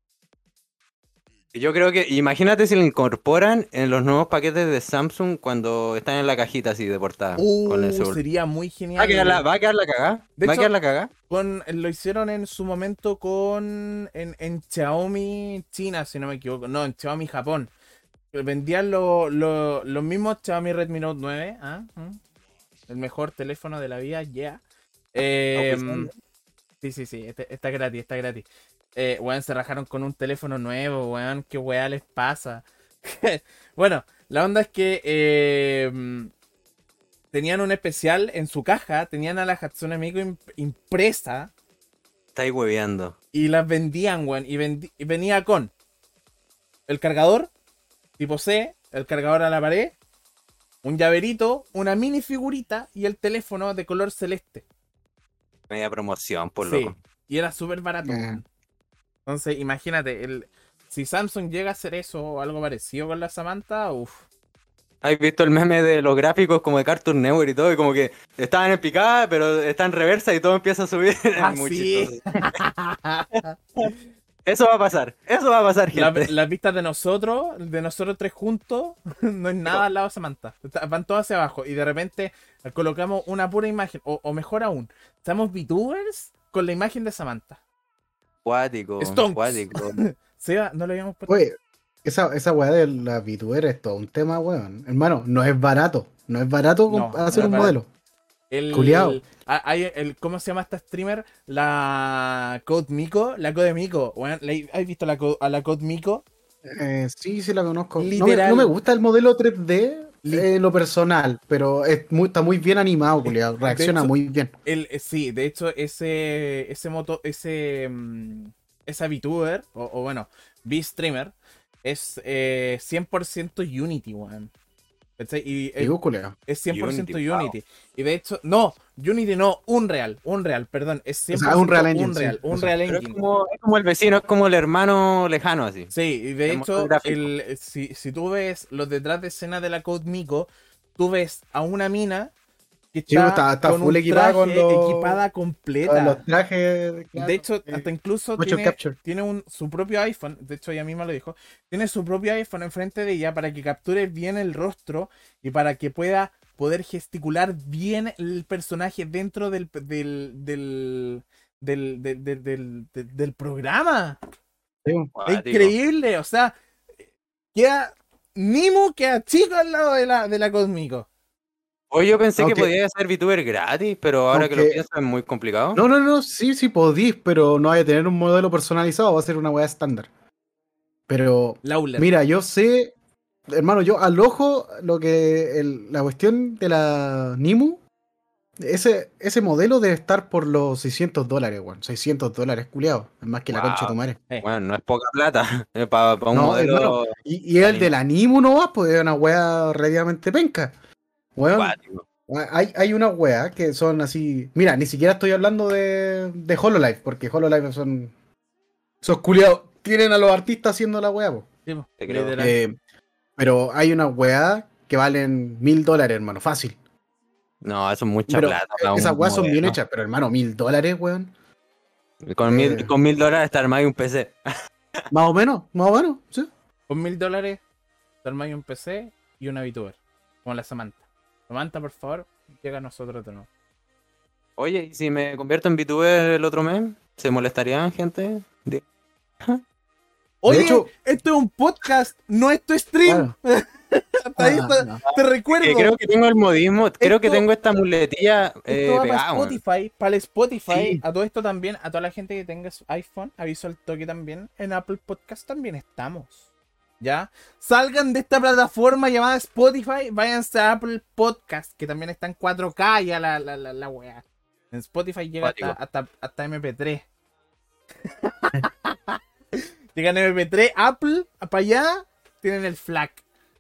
Yo creo que, imagínate si lo incorporan en los nuevos paquetes de Samsung cuando están en la cajita así de portada. Con el Uh, celular. sería muy Va a quedar la, genial. va a quedar la cagada. De Va a hecho- quedar la cagada. Con, lo hicieron en su momento con en, en Xiaomi China, si no me equivoco. No, en Xiaomi Japón. Vendían lo- lo- los mismos Xiaomi Redmi Note nueve. ¿Ah? ¿Mm? El mejor teléfono de la vida, ya. Eh, Auspiciando. sí, sí, sí. Este- está gratis, está gratis. Eh, weón, se rajaron con un teléfono nuevo, weón. ¿Qué weá les pasa? Bueno, la onda es que eh, tenían un especial en su caja. Tenían a la Hatsune Miku imp- impresa. Estáis hueveando. Y las vendían, weón. Y, vendi- y venía con el cargador, tipo C, el cargador a la pared, un llaverito, una mini figurita y el teléfono de color celeste. Media promoción, por Sí, loco. y era súper barato, Ya. weón. Entonces, imagínate, el, si Samsung llega a hacer eso o algo parecido con la Samantha, uff. ¿Has visto el meme de los gráficos como de Cartoon Network y todo? Y como que estaban en picada, pero está en reversa y todo empieza a subir. Ah, Es muy sí. chistoso. Eso va a pasar. Eso va a pasar, La- gente. las vistas de nosotros, de nosotros tres juntos, no es nada al lado de Samantha. Está- Van todas hacia abajo y de repente colocamos una pura imagen, o, o mejor aún, estamos VTubers con la imagen de Samantha. Cuático. Stonks. Cuático. Seba, no lo habíamos puesto. Oye, esa, esa weá de la VTuber es todo un tema, weón. Hermano, no es barato. No es barato No, comp- hacer no un es modelo. El, Culeado. a- hay el, ¿cómo se llama esta streamer? La Code Miko. La Code Miko. Weón, ¿la- ¿has visto la, co- a la Code Miko? Eh, sí, sí la conozco. No me, Literal. no me gusta el modelo tres D Li- en lo personal, pero es muy, está muy bien animado, culiao. De Reacciona hecho- muy bien. El, eh, sí, de hecho, ese, ese moto, ese, mm, esa VTuber, o, o bueno, V-Streamer, es eh, cien por ciento Unity, weón. ¿Cachai? Y es, Digo, culiao. es cien por ciento Unity, Unity. wow. Y de hecho, no, Unity no, Unreal, Unreal, perdón, es cien por ciento sea, Unreal Engine, Unreal, sí, eso. Unreal Pero es Engine. como, es como el vecino, es como el hermano lejano, así. Sí, y de Es hecho, motor gráfico. el, si, si tú ves los detrás de escena de la Code Miko, tú ves a una mina que Sí, está, está- está con full un equipada con traje, los- equipada completa. Con los trajes. claro, De hecho, eh, hasta incluso motion tiene, capture. tiene un, su propio iPhone, de hecho ella misma lo dijo, tiene su propio iPhone enfrente de ella para que capture bien el rostro y para que pueda poder gesticular bien el personaje dentro del del del del, del, del- del- del- del programa. sí. Es Cuático. increíble, o sea, queda Nimu queda chico al lado de la, de la Cosmico. Oye, yo pensé Aunque- que podía ser VTuber gratis, pero ahora que lo Aunque- pienso es muy complicado. No, no, no, sí, sí podís, pero no vaya a tener un modelo personalizado, va a ser una weá estándar. Pero, Lawler. mira, yo sé, hermano, yo al ojo, lo que el- la cuestión de la Nimu, ese, ese modelo debe estar por los seiscientos dólares, weón. seiscientos dólares, culiado. Es más que la Wow. concha de tu madre. Eh, Bueno, no es poca plata. Para un No, modelo hermano, y, y el de la Nimu no va, pues es una weá relativamente penca. Weón, cuático. hay, hay unas weas que son así. Mira, ni siquiera estoy hablando de, de HoloLive, porque HoloLive son. Esos culiados tienen a los artistas haciendo la wea, po. sí, po, Te creo. literal. Eh, pero hay unas weas que valen mil dólares, hermano, fácil. No, eso es mucha Pero plata. eh, para un esas weas son bien modelo. hechas, pero hermano, mil dólares, weón. Con mil, Eh. con mil dólares está armado un P C. Más o menos, más o menos, sí. Con mil dólares, te armáis un P C y una VTuber. Como la Samantha. Samantha, por favor, llega a nosotros de nuevo. Oye, ¿y si me convierto en VTuber el otro mes? ¿Se molestarían, gente? De- Oye, hecho- esto es un podcast, no esto es stream. Hasta ahí Ah, está- no. te recuerdo. Eh, creo que tengo el modismo, creo que Esto- tengo esta muletilla eh, Esto va para pegada, weón. Spotify, para el Spotify, Sí. a todo esto también, a toda la gente que tenga su iPhone, aviso al toque también, en Apple Podcast también estamos, ¿ya? Salgan de esta plataforma llamada Spotify, váyanse a Apple Podcast, que también está en cuatro K ya la, la, la, la wea. En Spotify llega hasta, Cuático. hasta, hasta M P tres. Llegan M P tres, Apple, para allá, tienen el FLAC.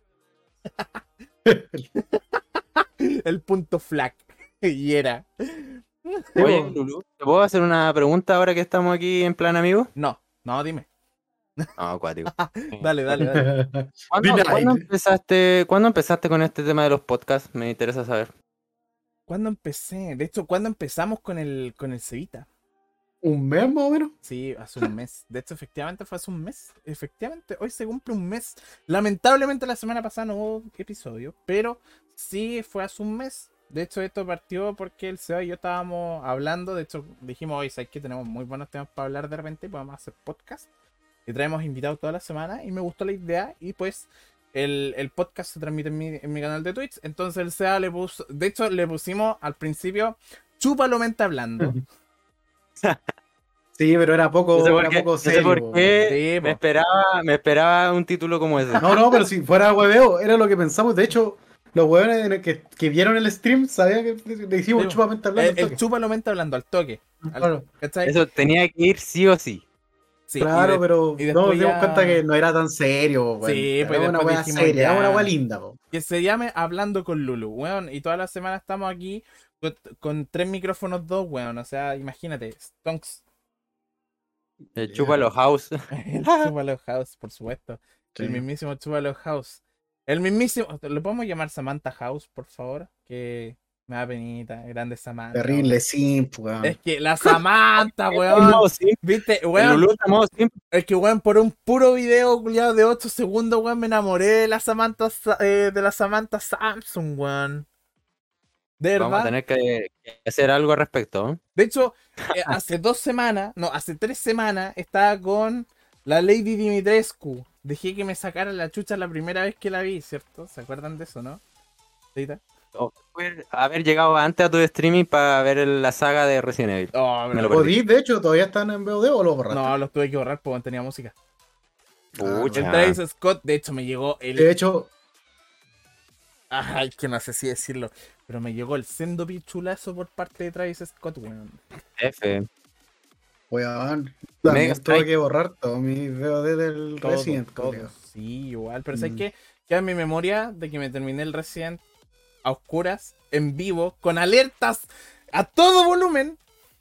El punto FLAC. Y era. Oye, Lulu, ¿te puedo hacer una pregunta ahora que estamos aquí en plan amigos? No, no, dime. No, acuático. Dale, dale, dale. ¿Cuándo, Deny. cuándo empezaste, ¿Cuándo empezaste con este tema de los podcasts? Me interesa saber. ¿Cuándo empecé? De hecho, ¿cuándo empezamos con el, con el Cevita? ¿Un mes más o menos? Sí, hace un mes. De hecho, efectivamente fue hace un mes. Efectivamente, hoy se cumple un mes. Lamentablemente la semana pasada no hubo episodio, pero sí fue hace un mes. De hecho, esto partió porque el Seba y yo estábamos hablando. De hecho, dijimos, hoy sabes que tenemos muy buenos temas para hablar de repente y podemos hacer podcast. Y traemos invitados toda la semana y me gustó la idea. Y pues el, el podcast se transmite en mi, en mi canal de Twitch. Entonces el Seba le puso, de hecho le pusimos al principio Chúpalo Mente Hablando. Sí, pero era poco, No sé por era qué, poco no sé serio. por qué Sí, me, po. esperaba, me esperaba un título como ese. No, no, pero si fuera hueveo, era lo que pensamos. De hecho, los huevones en el que, que vieron el stream sabían que le hicimos Sí, chupamente hablando. El, el Chúpalo Mente Hablando al toque. Al- Claro, ¿Cachai? Eso tenía que ir sí o sí. Sí, y claro, de- pero y no después nos dimos ya- cuenta que no era tan serio. Weón. Sí, Era pues una después wea dijimos seria, ya. era una wea linda. Po. que se llame Hablando con Lulu, weón. Y toda la semana estamos aquí con, con tres micrófonos, dos, weón. O sea, imagínate, Stonks. El Chúpalo House. El Chúpalo House, por supuesto. Sí. El mismísimo Chúpalo House. El mismísimo. ¿Lo podemos llamar Samantha House, por favor? Que me da penita. Grande Samantha. Terrible simp, weón. Es que la Samantha, El weón. modo simp, ¿Viste, el weón? Lulu está modo simp. Es que, weón, por un puro video culiado de ocho segundos, weón, me enamoré de la Samantha, Sa- eh, de la Samantha Samsung, weón. De Vamos a verdad. tener que que hacer algo al respecto. ¿eh? De hecho, eh, hace dos semanas, no, hace tres semanas, estaba con la Lady Dimitrescu. Dejé que me sacara la chucha la primera vez que la vi, ¿cierto? ¿Se acuerdan de eso, no? ¿Ahorita? O fue haber llegado antes a tu streaming para ver el- la saga de Resident Evil. Oh, Me me lo lo- perdí. ¿Podís, de hecho, todavía están en V O D o lo borraste? no, los tuve que borrar porque tenía música. Pucha. El Travis Scott, de hecho, me llegó el... De hecho, Ay, que no sé si decirlo. Pero me llegó el sendo pichulazo por parte de Travis Scott, weón. F. weón, también Mega tuve Strike. que borrar todo mi V O D del Todo, Resident. todo. culiao. Sí, igual. Pero ¿sabes Mm. qué? Queda en mi memoria de que me terminé el Resident a oscuras, en vivo, con alertas a todo volumen.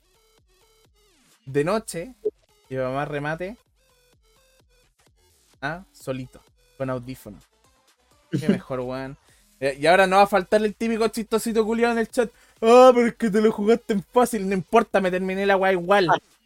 De noche. Y mamá remate. Ah, solito. Con audífono. Qué mejor, weón. Eh, Y ahora no va a faltar el típico chistosito culiado en el chat. Ah, pero es que te lo jugaste en fácil. No importa, me terminé la weá igual.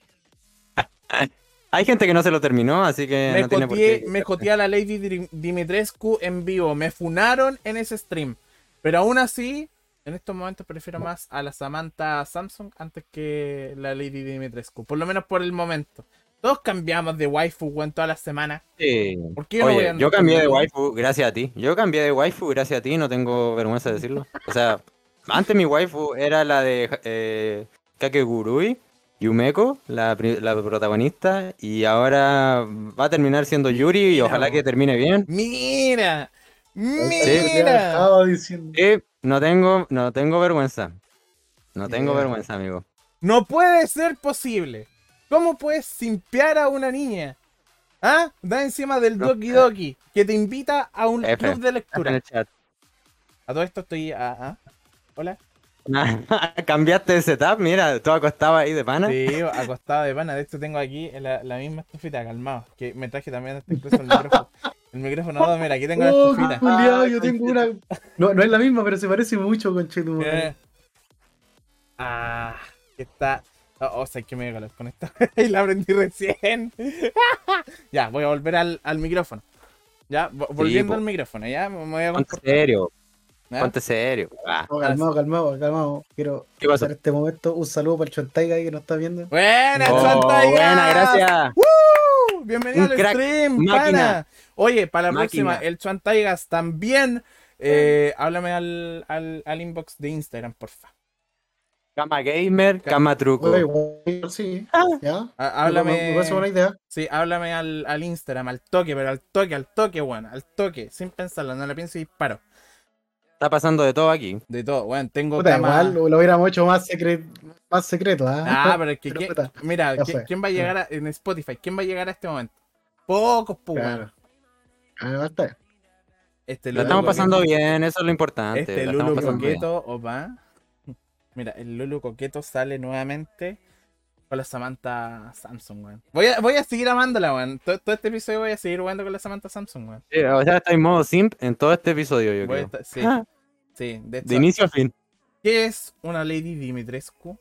Hay gente que no se lo terminó, así que Me no tiene por joteé, qué. me joteé a la Lady Dim- Dimitrescu en vivo. Me funaron en ese stream. Pero aún así, en estos momentos prefiero más a la Samantha Samsung antes que la Lady Dimitrescu. Por lo menos por el momento. Todos cambiamos de waifu, weón, todas las semanas. Sí. ¿Por qué yo no voy a Oye, andar yo cambié de con- waifu gracias a ti. Yo cambié de waifu gracias a ti, no tengo vergüenza de decirlo. O sea, antes mi waifu era la de eh, Kakegurui, Yumeko, la, pri- la protagonista, y ahora va a terminar siendo Yuri y Mira, ojalá bo. que termine bien. Mira, Te mira. estaba diciendo. Y no tengo, no tengo vergüenza. No tengo Yeah. vergüenza, amigo. No puede ser posible. ¿Cómo puedes simpear a una niña? ¿Ah? Da encima del No. Doki Doki, que te invita a un F. club de En lectura. el chat. A todo esto estoy... ah, ah. Hola. Cambiaste de setup, mira, todo acostado ahí de pana. Sí, acostado de pana. De hecho, tengo aquí la, la misma estufita, calmado. Que me traje también hasta incluso el micrófono. El micrófono, no, mira, aquí tengo la Oh, estufita. culiao, yo tengo una. No, no es la misma, pero se parece mucho, conchetumare. Eh. Ah, que está. Oh, o sea, que me dio calor con esto. Y la aprendí recién. Ya, voy a volver al, al micrófono. Ya, vo- volviendo po. al micrófono, ya. Me voy a Ponte comportar. serio. Me ¿Ya? Ponte serio. Ah, No, calmado, calmado, calmado. Quiero ¿Qué pasó? hacer este momento un saludo para el Chontaiga ahí que nos está viendo. Buena, Oh, Chantaigas. buena, gracias. ¡Woo! Bienvenido Un al crack, stream, máquina. pana. Oye, para la Máquina. próxima, el Chantaigas también. Eh, háblame al, al, al inbox de Instagram, porfa. Cama gamer, cama truco. Oye, igual sí, ¿ya? Há- Me- Me, me parece buena Háblame. idea. Sí, háblame al, al Instagram, al toque, pero al toque, al toque, weón. Al toque, sin pensarlo, no lo pienso y disparo. Está pasando de todo aquí. De todo, weón. Tengo Puta, cama. igual lo, lo hubiéramos hecho más, secre- más secreto, ¿ah? Ah, pero es que, Pero ¿quién- puta, mira, ya ¿quién, fue. quién va a llegar a- en Spotify? ¿Quién va a llegar a este momento? Pocos, pues, weón. claro. Ah, va a estar. Este Lo Lulu estamos Coqueto- pasando bien, eso es lo importante. Este lo Lulu estamos pasando bien. Coqueto, opa. Mira, el Lulu Coqueto sale nuevamente con la Samantha Samsung, weón. Voy a, voy a seguir amándola, weón. Todo, todo este episodio voy a seguir jugando con la Samantha Samsung, weón. Sí, o sea, está en modo simp en todo este episodio, yo Voy a creo. estar- sí, Ah, sí. De hecho, de inicio a fin. ¿qué es una Lady Dimitrescu?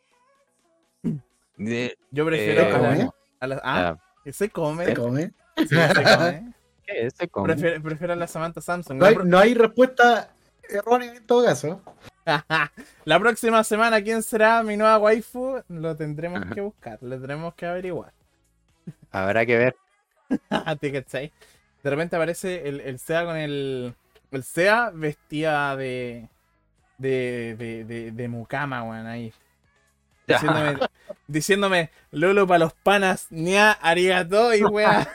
De- Yo prefiero Eh, a la, ¿cómo? a la- ah, ah, que se come. Se come. Sí, se come. ¿Qué es ese come? Prefiero, prefiero a la Samantha Samsung. No La, hay, pro- no hay respuesta errónea en todo caso. la próxima semana, ¿quién será mi nueva waifu? Lo tendremos que buscar, lo tendremos que averiguar. Habrá que ver. ¿Te cachai? De repente aparece el, el Seba con el. El Seba vestida de. De, de, de, de mucama, weón, ahí. Diciéndome, diciéndome Lolo para los panas, ña, arigato y weá.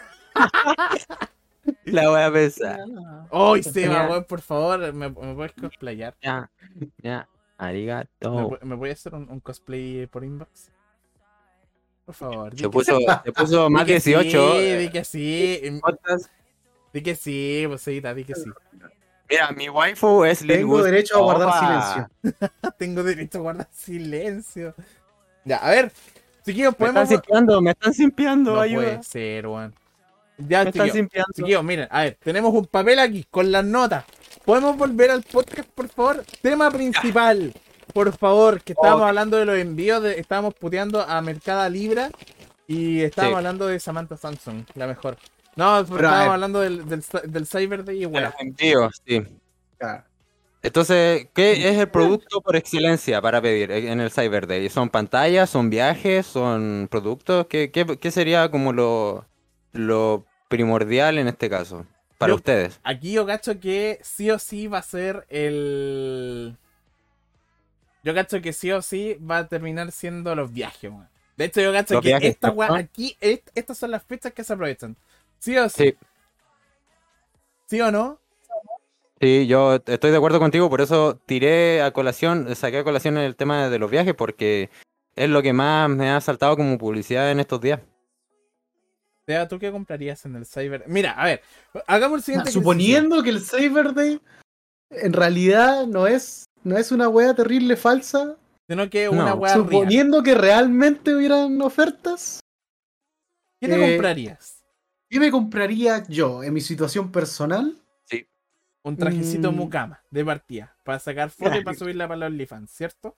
La voy a pensar. ¡Ay, Seba, Ya. weón, por favor! ¿Me, me puedes cosplayar? Ya, ya. ¿Me, Arigato. pu- ¿Me voy a hacer un, un cosplay por inbox? Por favor. di Se que puso, se puso sí, más di que dieciocho. Sí, eh, di que sí. podcast. Di que sí, posita, di que sí. Mira, mi waifu es Lil Tengo Gus. derecho a guardar Opa. silencio. Tengo derecho a guardar silencio. Ya, a ver. Chiquillos, Me podemos. están simpiando, me están simpiando, No ayuda. puede ser, weón. Ya, Me están chiquillos. simpiando. Chiquillos, miren, a ver, tenemos un papel aquí con las notas. ¿Podemos volver al podcast, por favor? Tema principal, por favor, que estábamos Ok. hablando de los envíos, de, estábamos puteando a Mercada Libra y estábamos Sí. hablando de Samantha Samsung, la mejor. No, Pero, a estábamos ver. hablando del, del, del Cyber Day y De bueno. los envíos, sí. Ya. Entonces, ¿qué es el producto por excelencia para pedir en el Cyber Day? ¿Son pantallas, son viajes, son productos? ¿Qué, qué, qué sería como lo, lo primordial en este caso para Yo- ustedes? Aquí yo cacho que sí o sí va a ser el. Yo cacho que sí o sí va a terminar siendo los viajes, weón. De hecho, yo cacho Los que viajes, esta ¿no? weá aquí, est- estas son las fechas que se aprovechan. ¿Sí o sí? Sí, ¿Sí o no? sí, yo estoy de acuerdo contigo, por eso tiré a colación, saqué a colación el tema de los viajes, porque es lo que más me ha saltado como publicidad en estos días. Sea, ¿tú qué comprarías en el Cyber? Mira, a ver, hagamos el siguiente ejercicio. Suponiendo que el Cyber Day en realidad no es, no es una wea terrible falsa. Sino que No, una weá real. Suponiendo que realmente hubieran ofertas, ¿Qué te eh, comprarías? ¿qué me compraría yo en mi situación personal? Un trajecito mm. mucama de partida. Para sacar fotos y para subirla para los OnlyFans, ¿cierto?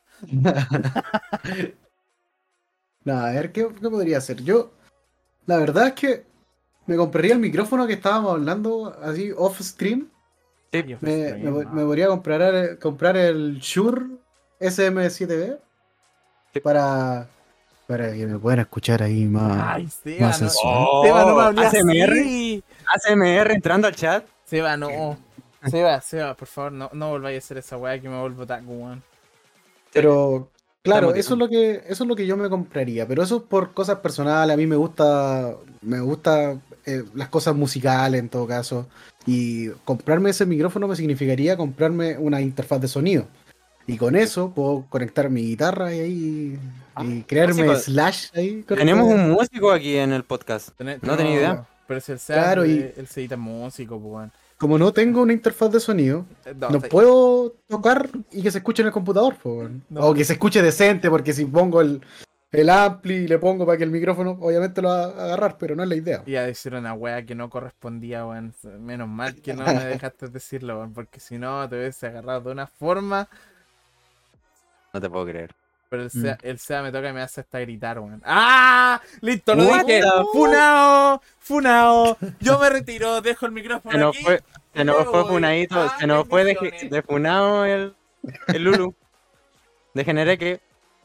No, a ver, ¿qué, qué podría hacer? Yo, la verdad es que me compraría el micrófono que estábamos hablando así off stream. Dios Me, mío, me, no. me podría comprar, el- comprar el Shure S M siete B Sí. para, para que me puedan escuchar ahí más. Ay, Seba, más no, sensual. Seba, no me hablé A C M R. así. A C M R entrando al chat. Seba, no. Seba, Seba, por favor, no, no volváis a hacer esa weá que me vuelvo taco, weón. Pero claro, Estamos eso es lo que eso es lo que yo me compraría, pero eso es por cosas personales. A mí me gusta me gusta eh, las cosas musicales en todo caso, y comprarme ese micrófono me significaría comprarme una interfaz de sonido. Y con eso puedo conectar mi guitarra y ahí y crearme músico. slash ahí. con- Tenemos un músico aquí en el podcast. Tené- No tenía idea. Pero si el Seba, Claro, y- eh, él se edita músico, pues, weón. Como no tengo una interfaz de sonido, Eh, no está- puedo tocar y que se escuche en el computador, po, weón. No. O que se escuche decente, porque si pongo el, el ampli y le pongo para que el micrófono, obviamente lo va a agarrar, pero no es la idea. Iba a decir una weá que no correspondía, weón. Menos mal que no me dejaste decirlo, weón. Porque si no, te hubiese agarrado de una forma. No te puedo creer. Pero el Mm. SEA, el SEA me toca y me hace hasta gritar, weón. ¡Ah! ¡Listo! ¡Lo What dije! the- ¡Funao! ¡Funao! Yo me retiro, dejo el micrófono Se nos aquí. fue, Se nos fue Uy, funadito, ah, se nos fue de, bendiciones. de funado el, el Lulu. Degeneré que.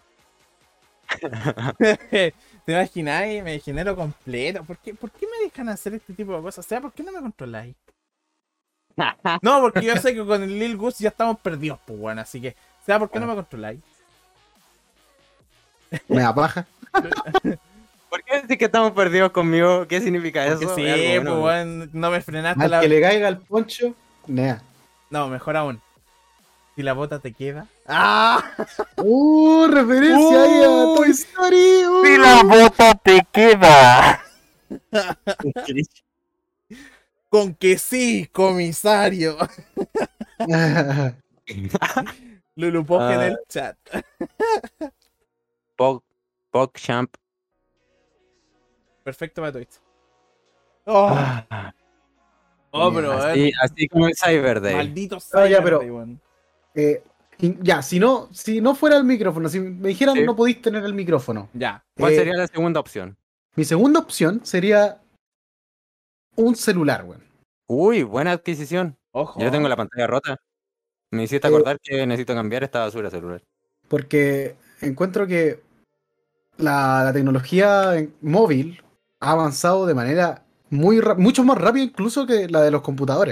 ¿Te imagináis? Me genero completo. ¿Por qué, ¿Por qué me dejan hacer este tipo de cosas? O sea, ¿por qué no me controláis? No, porque yo sé que con el Lil Gus ya estamos perdidos, pues bueno, así que, o sea, ¿por qué no me controláis? Me da paja. ¿Por qué decís que estamos perdidos conmigo? ¿Qué significa Porque eso? sí, Es algo pues bueno. bueno, no me frenaste Al la... que le caiga el poncho, nea. No, mejor aún. Si la bota te queda. ¡Ah! Uh, referencia ahí a Toy Story. uh. Si la bota te queda. Con que sí, comisario. Lulupog en Ah. el chat. Pog, PogChamp. Perfecto para Twitch. Oh, Ah, oh, pero a ver, así, así como el Cyber Day. maldito Ah, ya, Cyber pero- Day, weón. Eh, y- ya, si no, si no fuera el micrófono, si me dijeran Sí. no podéis tener el micrófono. Ya. ¿Cuál eh, sería la segunda opción? Mi segunda opción sería un celular, weón. Uy, buena adquisición. Ojo. Yo tengo la pantalla rota. Me hiciste Eh, acordar que necesito cambiar esta basura celular. Porque encuentro que la, la tecnología en- móvil ha avanzado de manera muy ra- mucho más rápida incluso que la de los computadores.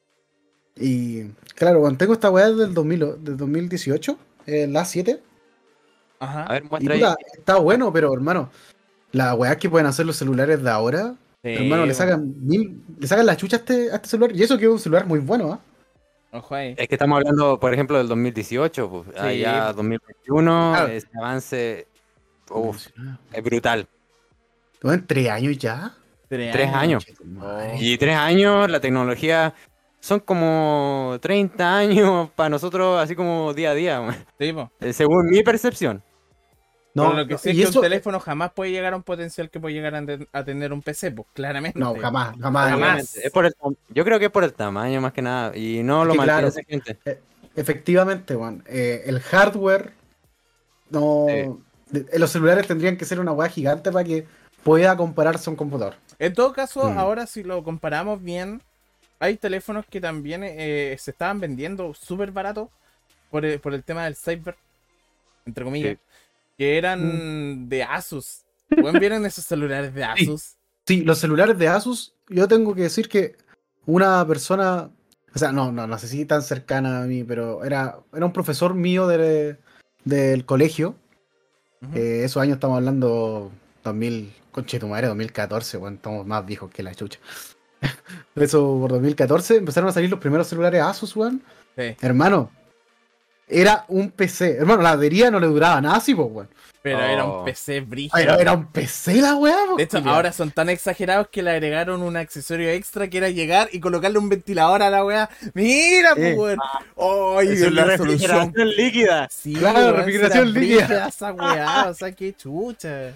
Y claro, cuando tengo esta weá del, dos mil, o- del dos mil dieciocho, eh, la siete, Ajá. A ver, y muestra ahí. puta, está bueno, pero hermano, la weá que pueden hacer los celulares de ahora, Sí, hermano, le weón. sacan mil, le sacan la chucha a este, a este celular, y eso que es un celular muy bueno, ¿ah? Ojo ahí. Es que estamos hablando, por ejemplo, del dos mil dieciocho. Pues, Sí. allá dos mil veintiuno, Claro. ese avance uf, es brutal. ¿En tres años ya? Tres años. Conchetumare. Y tres años, la tecnología son como treinta años para nosotros, así como día a día, weón. Sí, po. Eh, según mi percepción. No, lo que no, sí es y que eso- un teléfono jamás puede llegar a un potencial que puede llegar a, ten- a tener un P C, pues claramente. No, jamás, jamás. Jamás. Obviamente, es por el tam- yo creo que es por el tamaño más que nada. Y no Es lo que mantiene claro. esa gente. Efectivamente, Juan. Eh, el hardware. No. Sí. de- los celulares tendrían que ser una weá gigante para que pueda compararse a un computador. En todo caso, Mm. ahora si lo comparamos bien, hay teléfonos que también eh, se estaban vendiendo súper baratos por el, por el tema del cyber, entre comillas, Sí. que eran de Asus. ¿Pueden vieron esos celulares de Asus? Sí, los celulares de Asus, yo tengo que decir que una persona. O sea, no, no, no sé si tan cercana a mí, pero era, era un profesor mío de- del colegio. Ujú. Eh, esos años estamos hablando dos mil, conche tu madre, dos mil catorce, bueno, estamos más viejos que la chucha. Eso por dos mil catorce empezaron a salir los primeros celulares Asus, weón. Sí, Hermano, era un P C. Hermano, la batería no le duraba nada así, pues, weón. pero era Oh. un P C brígido. Era, era un P C la weá, po, De hecho, culiao. ahora son tan exagerados que le agregaron un accesorio extra que era llegar y colocarle un ventilador a la weá. Mira, pues, Sí. weón. ¡Ay, Es una la solución! refrigeración líquida. Sí, Claro, weón, refrigeración será líquida. brígida esa weá, o sea, qué chucha.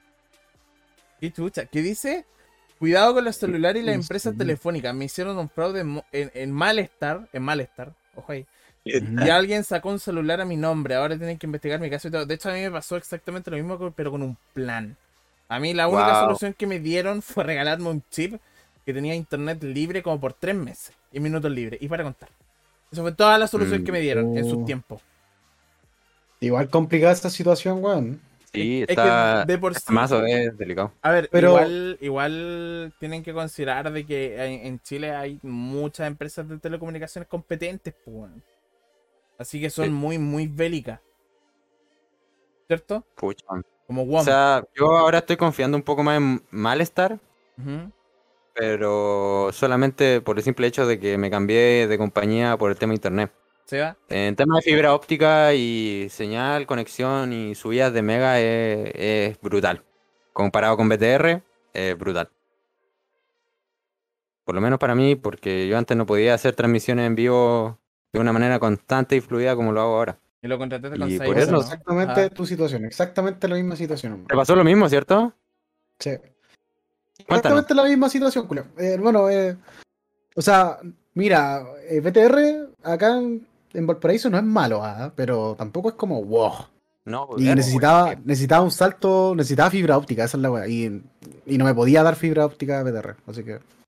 Qué chucha. ¿Qué dice? Cuidado con los celulares y las Sí, empresas sí. telefónicas. Me hicieron un fraude en, mo- en, en Malestar. En Malestar. Ojo ahí. Ujú. Y alguien sacó un celular a mi nombre. Ahora tienen que investigar mi caso y todo. De hecho, a mí me pasó exactamente lo mismo, co- pero con un plan. A mí la única Wow. solución que me dieron fue regalarme un chip que tenía internet libre como por tres meses. Y minutos libres. Y para contar. Esa fue toda la solución Mm. que me dieron en su Oh. tiempo. Igual complicada esta situación, weón. Sí, Es que está. de por sí- Este mazo es delicado. A ver, Pero- igual, igual tienen que considerar de que en, en Chile hay muchas empresas de telecomunicaciones competentes, pues, weón. Así que son Sí. muy, muy bélicas. ¿Cierto? Pucha. Como O WOM. sea, yo ahora estoy confiando un poco más en Malestar, Ujú. pero solamente por el simple hecho de que me cambié de compañía por el tema internet. ¿Se va? En tema de fibra óptica y señal, conexión y subidas de mega es, es brutal. Comparado con B T R, es brutal. Por lo menos para mí, porque yo antes no podía hacer transmisiones en vivo de una manera constante y fluida como lo hago ahora. Y lo contrataste con Y Saigo, por eso- ¿no? Exactamente Ajá. tu situación, exactamente la misma situación, hombre. ¿Te pasó lo mismo, cierto? Sí. Cuéntanos. Exactamente la misma situación, culo. Eh, bueno, eh, o sea, mira, eh, B T R acá en, en Valparaíso no es malo, ah, pero tampoco es como wow. No, pues, Y es- necesitaba, necesitaba un salto, necesitaba fibra óptica, esa es la weá. Y, y no me podía dar fibra óptica a B T R, así que.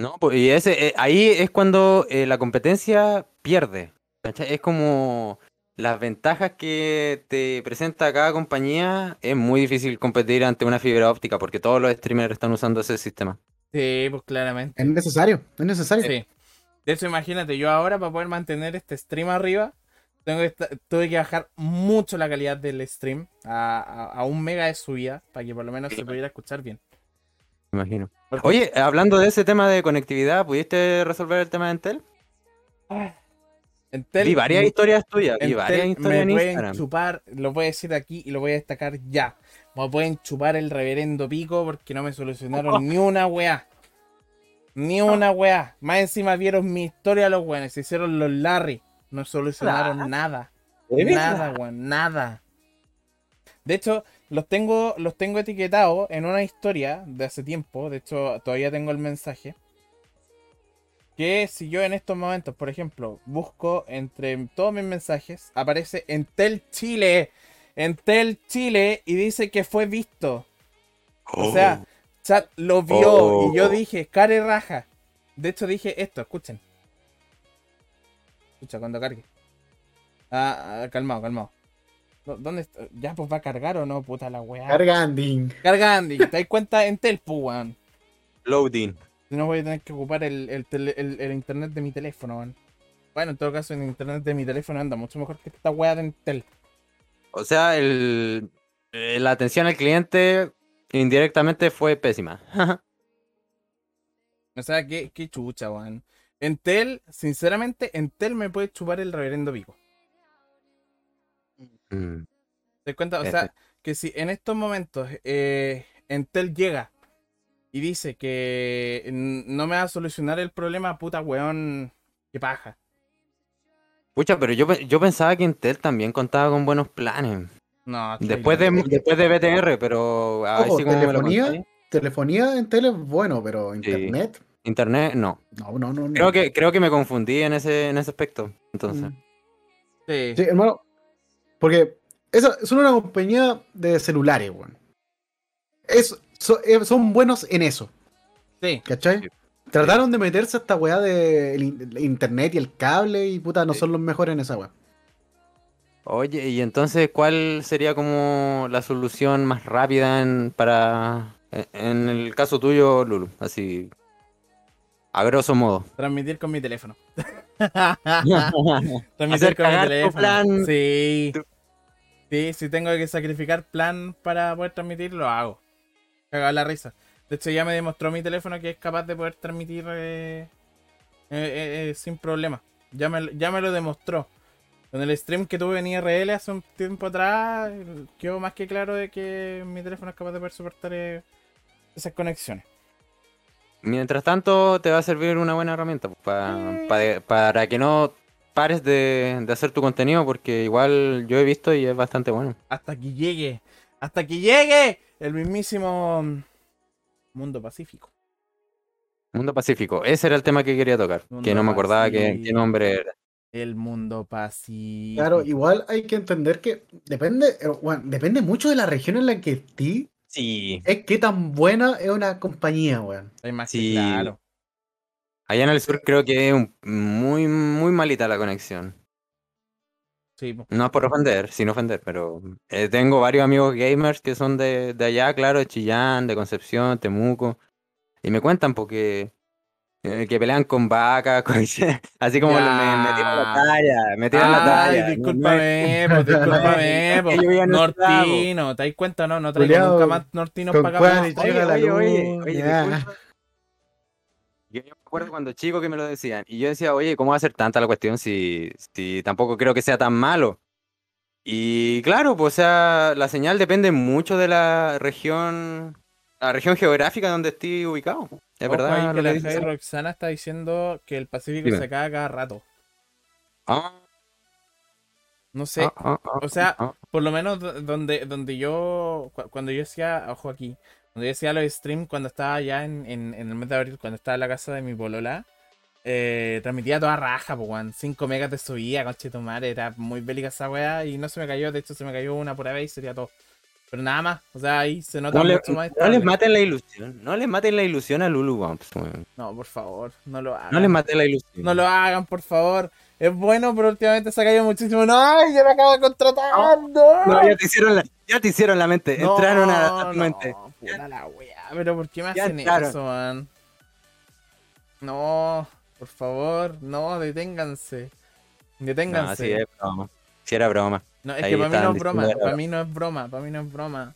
No, pues, y ese, eh, ahí es cuando eh, la competencia pierde. ¿Cachai? Es como las ventajas que te presenta cada compañía. Es muy difícil competir ante una fibra óptica porque todos los streamers están usando ese sistema. Sí, pues Es claramente. necesario, es necesario. Sí. De hecho, imagínate, yo ahora para poder mantener este stream arriba, tengo que esta- tuve que bajar mucho la calidad del stream a, a, a un mega de subida para que por lo menos se pudiera escuchar bien. Me imagino. Porque Oye, hablando de ese tema de conectividad, ¿pudiste resolver el tema de Entel? Entel, Vi varias m- historias tuyas, vi Entel varias historias me en pueden Instagram. chupar, lo voy a decir aquí y lo voy a destacar ya. Me pueden chupar el reverendo pico porque no me solucionaron ni una weá. Ni una weá. Más encima vieron mi historia los weones. Se hicieron los Larry. No solucionaron nada. ¿De Nada, verdad? weón. Nada. De hecho, los tengo, los tengo etiquetados en una historia de hace tiempo. De hecho, todavía tengo el mensaje. Que si yo en estos momentos, por ejemplo, busco entre todos mis mensajes, aparece Entel Chile. Entel Chile y dice que fue visto. O sea, chat lo vio Oh. y yo dije, care raja. De hecho dije esto, escuchen. Escucha cuando cargue. Ah, ah, calmado, calmado. ¿Dó- ¿Dónde está? ¿Ya pues va a cargar o no? Puta la weá. Carganding. Cargando, ¿te das cuenta? Entel, pues weón. Loading. Si no voy a tener que ocupar el, el, tele- el- el internet de mi teléfono, weón. Bueno, en todo caso, el internet de mi teléfono anda mucho mejor que esta weá de Entel. O sea, el, eh, la atención al cliente indirectamente fue pésima. O sea, qué, qué chucha, weón. Entel, sinceramente, Entel me puede chupar el reverendo pico. Mm, ¿Te das cuenta? O eh, sea, que si en estos momentos eh, Entel llega y dice que n- no me va a solucionar el problema, puta weón, qué paja. Pucha, pero yo, pe- yo pensaba que Intel también contaba con buenos planes. No, estáis Después de, loco. después de B T R, pero a ver Ojo, si como me lo telefonía, contáis. telefonía en tele es bueno, pero Sí. internet, Internet, no. no, no, no, no. Creo que, creo que me confundí en ese, en ese aspecto. Entonces. Mm. Sí, Sí, hermano, porque esa son una compañía de celulares, weón. Es, so- eh, son buenos en eso, sí. ¿cachai? Sí. Trataron de meterse a esta weá de el in- el internet y el cable y puta, no Sí. son los mejores en esa weá. Oye, y entonces, ¿cuál sería como la solución más rápida en, para, en, en el caso tuyo, Lulu? Así, a grosso modo. Transmitir con mi teléfono. Hacer Transmitir con mi cagar tu teléfono. plan. Sí. tu- Sí, si tengo que sacrificar plan para poder transmitir, lo hago. Cagado la risa. De hecho, ya me demostró mi teléfono que es capaz de poder transmitir eh, eh, eh, eh, sin problema. Ya me, ya me lo demostró. Con el stream que tuve en I R L hace un tiempo atrás, quedó más que claro de que mi teléfono es capaz de poder soportar eh, esas conexiones. Mientras tanto, te va a servir una buena herramienta pues, pa- pa- para que no pares de, de hacer tu contenido, porque igual yo he visto y es bastante bueno. Hasta que llegue, hasta que llegue el mismísimo mm, mundo pacífico. Mundo Pacífico, ese era el tema que quería tocar, Mundo que no me acordaba qué, qué Pacífico. nombre era. El mundo pacífico. Claro, igual hay que entender que depende, eh, bueno, depende mucho de la región en la que estés, Sí, es qué tan buena es una compañía, weón. Hay más que sí. claro. Allá en el sur creo que es un- muy, muy malita la conexión. Sí, po. No es por ofender, sin ofender, pero eh, tengo varios amigos gamers que son de, de allá, claro, de Chillán, de Concepción, Temuco, y me cuentan porque eh, que pelean con vacas, con- así como Ya. me, me tiran la talla, me tiran la Ay, talla. discúlpame, pues, discúlpame, No es que yo po. viva en el Bravo. Nortino, ¿te das cuenta? No, no traigo Culeado, nunca más nortinos con para cuál acá. y po. Oye, llega la oye, oye, luz, oye, ya. disculpa. Yo, yo me acuerdo cuando chico que me lo decían, y yo decía, oye, ¿cómo va a ser tanta la cuestión si, si tampoco creo que sea tan malo? Y claro, pues, o sea, la señal depende mucho de la región, la región geográfica donde esté ubicado. Es Ojo verdad ahí lo que que la dices. Javi Roxana está diciendo que el Pacífico Dime. se acaba cada rato. Ah, No sé, ah, ah, ah, o sea, ah. por lo menos do- donde, donde yo, cu- cuando yo hacía, ojo aquí, cuando yo hacía los streams cuando estaba ya en, en, en el mes de abril, cuando estaba en la casa de mi polola, eh, transmitía toda raja, pues, weón, cinco megas de subida, conche tu madre, era muy bélica esa weá y no se me cayó, de hecho se me cayó una por vez y sería todo. Pero nada más, o sea, ahí se nota No, le- mucho más no les estable. maten la ilusión. No les maten la ilusión a Lulu Wamps, weón. No, por favor, no lo hagan. No les maten la ilusión. No lo hagan, por favor. Es bueno, pero últimamente se ha caído muchísimo. ¡No! ¡Ya me acabo de contratar! ¡No! No, ya te hicieron la, ya te hicieron la mente. No, Entraron a, a tu no, mente. puta la wea. Pero ¿por qué me Ya hacen entraron. eso, man? No, por favor, no, deténganse. Deténganse. No, sí, es broma. Sí, era broma. No, es Ahí que para mí no estaban es broma, diciendo para era mí no es broma, para mí no es broma.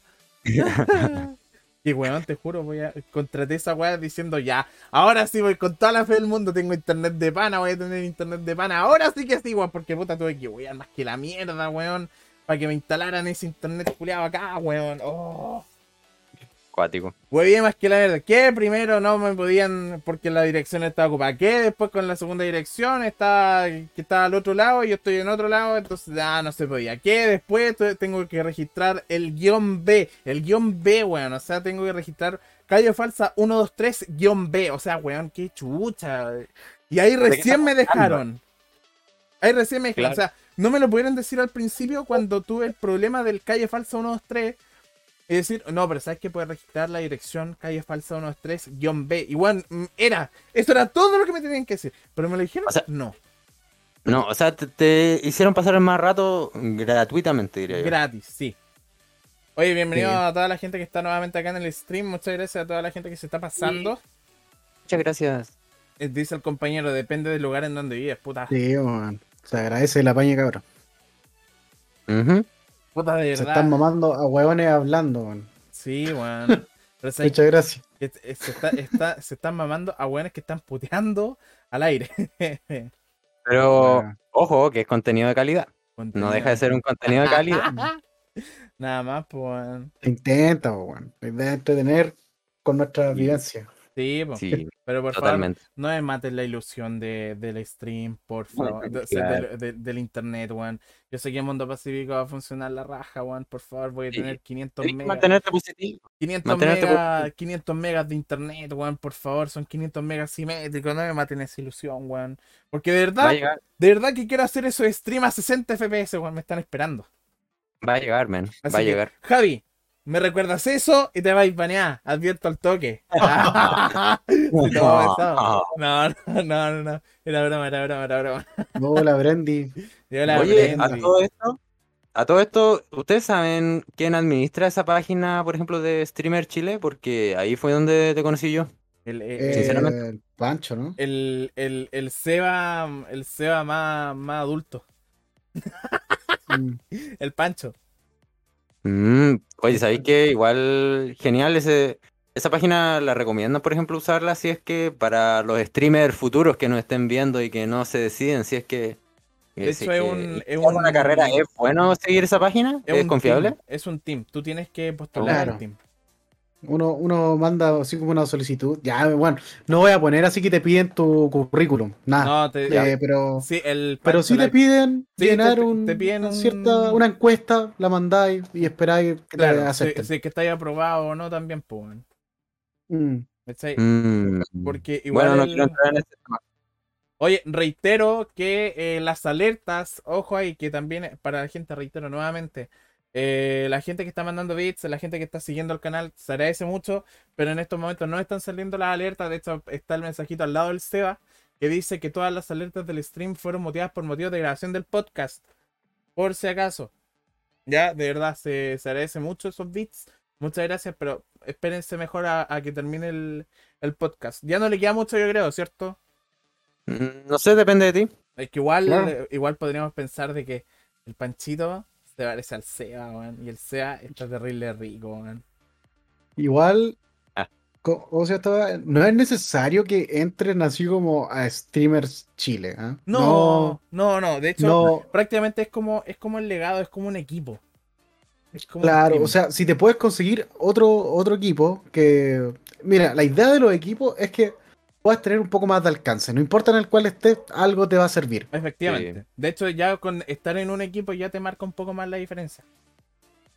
Y weón, te juro, voy a contraté esa weá diciendo ya, ahora sí voy con toda la fe del mundo, tengo internet de pana, voy a tener internet de pana, ahora sí que sí, weón, porque puta tuve que wear más que la mierda, weón, para que me instalaran ese internet culiado acá, weón. Oh. Cuático. Hueví más que la verdad. Que primero no me podían porque la dirección estaba ocupada. Que después con la segunda dirección estaba que estaba al otro lado y yo estoy en otro lado, entonces ya no se podía. Que después tu- tengo que registrar el guión B. El guión B, weón. O sea, tengo que registrar calle falsa uno dos tres guión B. O sea, weón, qué chucha. Y ahí ¿De qué recién me estamos hablando? dejaron. Ahí recién me dejaron. Claro. O sea, no me lo pudieron decir al principio cuando tuve el problema del calle falsa uno dos tres. Es decir, no, pero ¿sabes qué? Puedes registrar la dirección calle falsa uno dos tres guión B. Igual, mm, era. Eso era todo lo que me tenían que decir. Pero me lo dijeron, O sea, no. No, o sea, te, te hicieron pasar el más rato gratuitamente, diría yo. Gratis, sí. Oye, bienvenido Sí. a toda la gente que está nuevamente acá en el stream. Muchas gracias a toda la gente que se está pasando. Muchas gracias. Eh, Dice el compañero, depende del lugar en donde vives, puta. Sí, weón. Se agradece la paña, cabrón. Ujú. Puta, de Se verdad. están mamando a huevones hablando, weón. Sí, weón. Pero ¿sabes Muchas gracias. qué? Eh, se, está, está- se están mamando a weones que están puteando al aire. Pero, Ya. ojo, que es contenido de calidad. No Contenido. deja de ser un contenido de calidad. Nada más, pues, weón. Se intenta, weón. La idea es entretener con nuestra Sí. vivencia. Sí, pues. Sí, Pero por favor, totalmente. no me maten la ilusión de, del stream, por No, favor. de- o sea, claro. del, de- del internet, weón. Yo sé que en Mundo Pacífico va a funcionar la raja, weón. Por favor, voy a Sí. tener quinientos Tienes que megas. mantenerte positivo. quinientos mantenerte megas, quinientos megas de internet, weón. Por favor, son quinientos megas simétricos. No me maten esa ilusión, weón. Porque de Va a verdad, llegar, de verdad que quiero hacer esos stream a sesenta F P S, weón. Me están esperando. va a llegar, man. Así Va a que, llegar. Javi, me recuerdas eso y te vais a banear. Advierto al toque. Sí, todo pesado. No, no, no, no, no. Era broma, era broma, era broma. Hola, Brandy. Yo la Oye, a aprendí. todo esto, a todo esto, ¿ustedes saben quién administra esa página, por ejemplo, de Streamer Chile? Porque ahí fue donde te conocí yo. El, el, Eh, Sinceramente. el Pancho, ¿no? el, el, el Seba, el Seba más, más adulto. Mm. El Pancho. Mm, oye, ¿sabéis qué? Igual genial ese, esa página la recomiendo, por ejemplo, usarla si es que para los streamers futuros que nos estén viendo y que no se deciden, si es que... De si hecho, es es que un- es iniciar un- una carrera, ¿es bueno seguir esa página? ¿Es, un confiable? team, es un team. Tú tienes que postular Claro. al team. Uno, uno manda así como una solicitud. Ya, bueno, no voy a poner así que te piden tu currículum. Nada. No, te, Eh, pero sí, el pero Pancho, sí la- te piden Sí, llenar te- un- te piden una un- cierta una encuesta, la mandáis y esperáis que te claro, si, acepten. si es que estáis aprobado o no, también, pues. weón. Mm. ¿Cachai? Mm, Porque igual bueno, no el- quiero entrar en ese tema. Oye, reitero que eh, las alertas, ojo ahí, que también eh, para la gente, reitero nuevamente, eh, la gente que está mandando bits, la gente que está siguiendo el canal, se agradece mucho, pero en estos momentos no están saliendo las alertas. De hecho, está el mensajito al lado del Seba que dice que todas las alertas del stream fueron motivadas por motivos de grabación del podcast. Por si acaso. Ya, de verdad, se, se agradece mucho esos bits. Muchas gracias, pero espérense mejor a, a que termine el, el podcast. Ya no le queda mucho, yo creo, ¿cierto? Mm, No sé, depende de ti. Es que igual, Claro. eh, igual podríamos pensar de que el Panchito se parece al Seba, weón. Y el Seba está terrible rico, weón. Igual, Ah. co- o sea, todavía- no es necesario que entren así como a Streamers Chile. ¿ah? No, no, no. De hecho, no, prácticamente es como, es como el legado, es como un equipo. Es como un claro, team. o sea, si te puedes conseguir otro, otro equipo que... Mira, la idea de los equipos es que puedas tener un poco más de alcance. No importa en el cual estés, algo te va a servir. Efectivamente. De hecho, ya con estar en un equipo ya te marca un poco más la diferencia.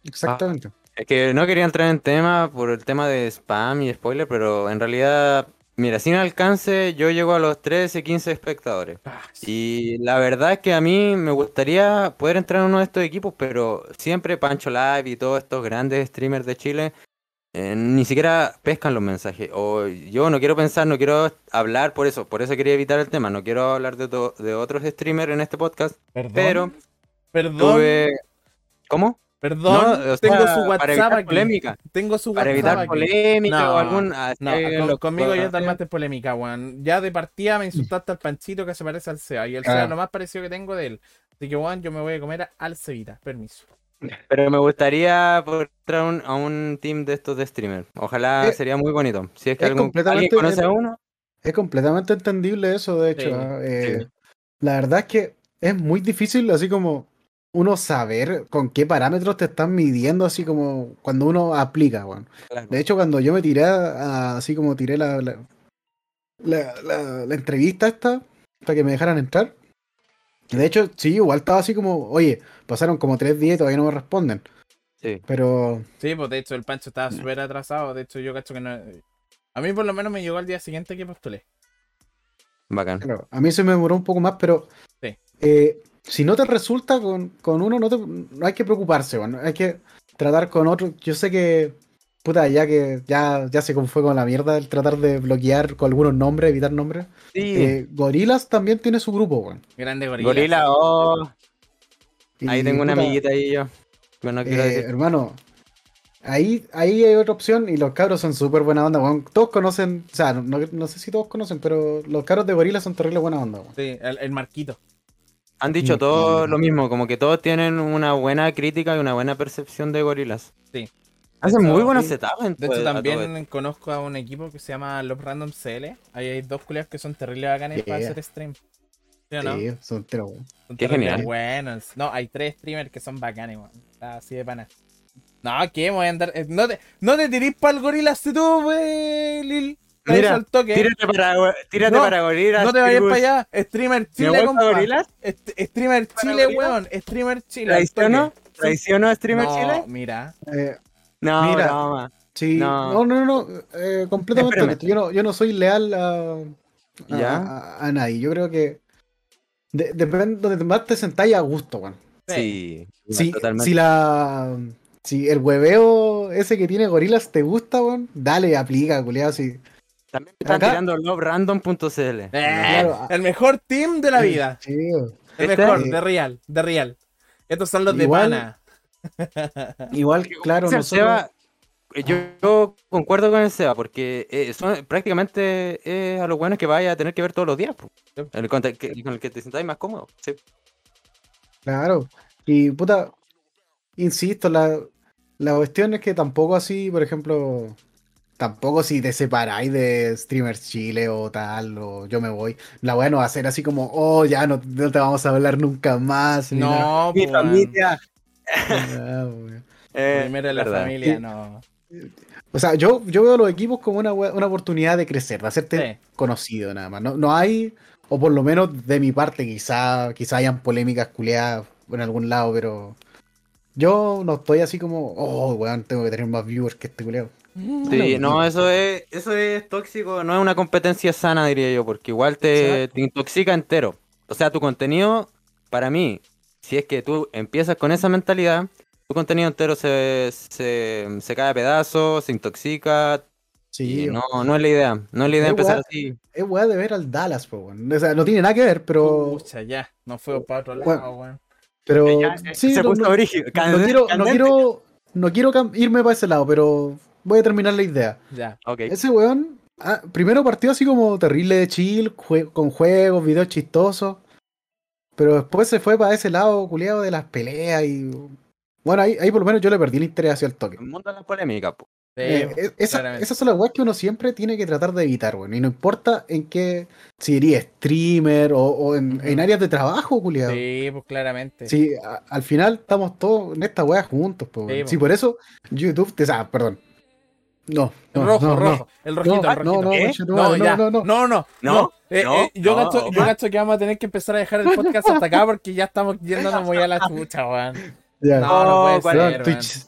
Exactamente. Es que no quería entrar en tema por el tema de spam y spoiler, pero en realidad Mira, sin alcance, yo llego a los trece, quince espectadores. Ah, Y la verdad es que a mí me gustaría poder entrar en uno de estos equipos, pero siempre Pancho Live y todos estos grandes streamers de Chile eh, ni siquiera pescan los mensajes. O yo no quiero pensar, no quiero hablar por eso, por eso quería evitar el tema. No quiero hablar de, to- de otros streamers en este podcast, Perdón. pero Perdón. tuve... ¿Cómo? Perdón. No, o tengo sea, su para WhatsApp evitar aquí. polémica. Tengo su Para WhatsApp evitar aquí. polémica No, o algún... así no, que con- lo- conmigo ya te armaste polémica, weón. Ya de partida me insultaste al Panchito que se parece al Seba. Y el Seba Ah. es lo más parecido que tengo de él. Así que, weón, yo me voy a comer a- al Cevita. Permiso. Pero me gustaría poder entrar a un, a un team de estos de streamer. Ojalá Eh, sería muy bonito. Si es que es algún, alguien completamente- conoce es- a uno. Es completamente entendible eso, de hecho. Sí, ¿ah? Eh, sí. La verdad es que es muy difícil, así como uno saber con qué parámetros te están midiendo, así como cuando uno aplica, weón. Claro. De hecho, cuando yo me tiré, a- así como tiré la, la, la- la- la entrevista esta, para que me dejaran entrar, de hecho, sí, igual estaba así como, oye, pasaron como tres días y todavía no me responden. Sí. Pero, Sí, pues de hecho el Pancho estaba súper atrasado. De hecho, yo cacho que no. A mí por lo menos me llegó al día siguiente que postulé. Bacán. claro, a mí se me demoró un poco más, pero Sí. eh, si no te resulta con, con uno, no, te- no hay que preocuparse, weón. Hay que tratar con otro. Yo sé que, puta, ya que ya, ya se fue con la mierda el tratar de bloquear con algunos nombres, evitar nombres. Sí. Eh, Gorilas también tiene su grupo, weón. Grande gorila. Gorila, oh. Y, Ahí tengo una puta, amiguita ahí yo. Pero no quiero eh, decir. hermano, ahí, ahí hay otra opción y los cabros son súper buena onda, weón. Todos conocen, o sea, no, no- no sé si todos conocen, pero los cabros de Gorilas son terrible buena onda, weón. Sí, el, el Marquito. Han dicho Mm, todo mm. lo mismo, como que todos tienen una buena crítica y una buena percepción de gorilas. Sí. Hacen hecho, muy buenos sí. setups. en De todo- hecho, a todo esto. también conozco a un equipo que se llama Los Random C L. Ahí hay dos culiados que son terribles bacanes para Yeah. hacer stream. ¿Sí o no? Sí, son enteros, weón. Son Qué terribles genial. buenos. No, hay tres streamers que son bacanes, weón. Así de pana. No, ¿qué? Me voy a andar. eh, No te, no te tirís para el gorila si tú, wey, Lil. Te Mira, al toque. Tírate para, tírate No, para gorilas. No te vayas Tirgus. para allá. Streamer ¿Me Chile, voy compa. para gorilas? Est- streamer ¿Para Chile, gorilas? weón. Streamer Chile. al ¿Traiciono? toque. ¿Traiciono a Streamer no, Chile? mira. Eh, No, Mira. broma. Sí, No. no, no, no, no, eh, completamente Espérame. honesto. Yo no, yo no soy leal a, a, ¿Ya? a- a nadie. Yo creo que de- depende donde más te sentáis a gusto, weón. Sí, Si, totalmente. si la si el hueveo ese que tiene Gorilas te gusta, weón, dale, aplica, culiado, sí. También me están Acá- tirando loverandom punto c l. Eh, Claro. el mejor team de la vida. Sí, weón. El ¿Este? mejor, Sí. de Real, de Real. Estos son los de Igual- pana. Igual, claro, Dice el nosotros... Seba, yo, yo concuerdo con el Seba, porque eh, son, prácticamente es a los buenos que vaya a tener que ver todos los días. po. Sí. El, con, que- con el que te sientáis más cómodo. Sí. Claro. Y puta, insisto, la, la cuestión es que tampoco así, por ejemplo, tampoco si te separáis de Streamers Chile o tal, o yo me voy, la weá no va a ser así como, oh, ya no, no te vamos a hablar nunca más. ni nada. No, Mi pues, familia. Ah, weón. Eh, primero en la verdad. familia, Sí. no. O sea, yo, yo veo los equipos como una, we- una oportunidad de crecer, de hacerte Sí. conocido nada más. No, no hay, o por lo menos de mi parte, quizá, quizá hayan polémicas culeadas en algún lado, pero yo no estoy así como, oh, weón, tengo que tener más viewers que este culeado. Sí, no, eso es, eso es tóxico, no es una competencia sana, diría yo, porque igual te, Exacto. te intoxica entero. O sea, tu contenido, para mí, si es que tú empiezas con esa mentalidad, tu contenido entero se, se, se cae a pedazos, se intoxica, Sí, y no, no es la idea. No es la idea Es empezar weá. así. es weá de ver al Dallas, po, weón. O sea, no tiene nada que ver, pero. Pucha, ya. No fue para otro Bueno, lado, weón. Pero. Ya, sí, se no, puso no- brígido, no candente, quiero, no candente. quiero, no quiero cam- irme para ese lado, pero voy a terminar la idea. Ya. Ok. Ese weón, ah, primero partió así como terrible de chill, jue- con juegos, videos chistosos. Pero después se fue para ese lado culiado de las peleas y. Bueno, ahí, ahí por lo menos yo le perdí el interés hacia el toque. El mundo de la polémica, po. Sí, Eh, es- esa- claramente. esas son las weas que uno siempre tiene que tratar de evitar, weón. Y no importa en qué, si eres streamer o, o en, Ujú. en áreas de trabajo, culiado. Sí, pues claramente. Sí, a- al final estamos todos en esta wea juntos, po, weón. Sí, po. Sí, por eso YouTube te sabe, perdón. No, El no, rojo, no, rojo. no. El rojito, No, el rojito. no, no, ¿Qué? conchetumare, No, ya. no, no, no. no, no, No, Eh, no, eh, yo, no, cacho, yo no. cacho que vamos a tener que empezar a dejar el podcast hasta acá porque ya estamos yéndonos muy a la chucha, weón. Ya. No, no puede No, ser, Weón, weón. Twitch,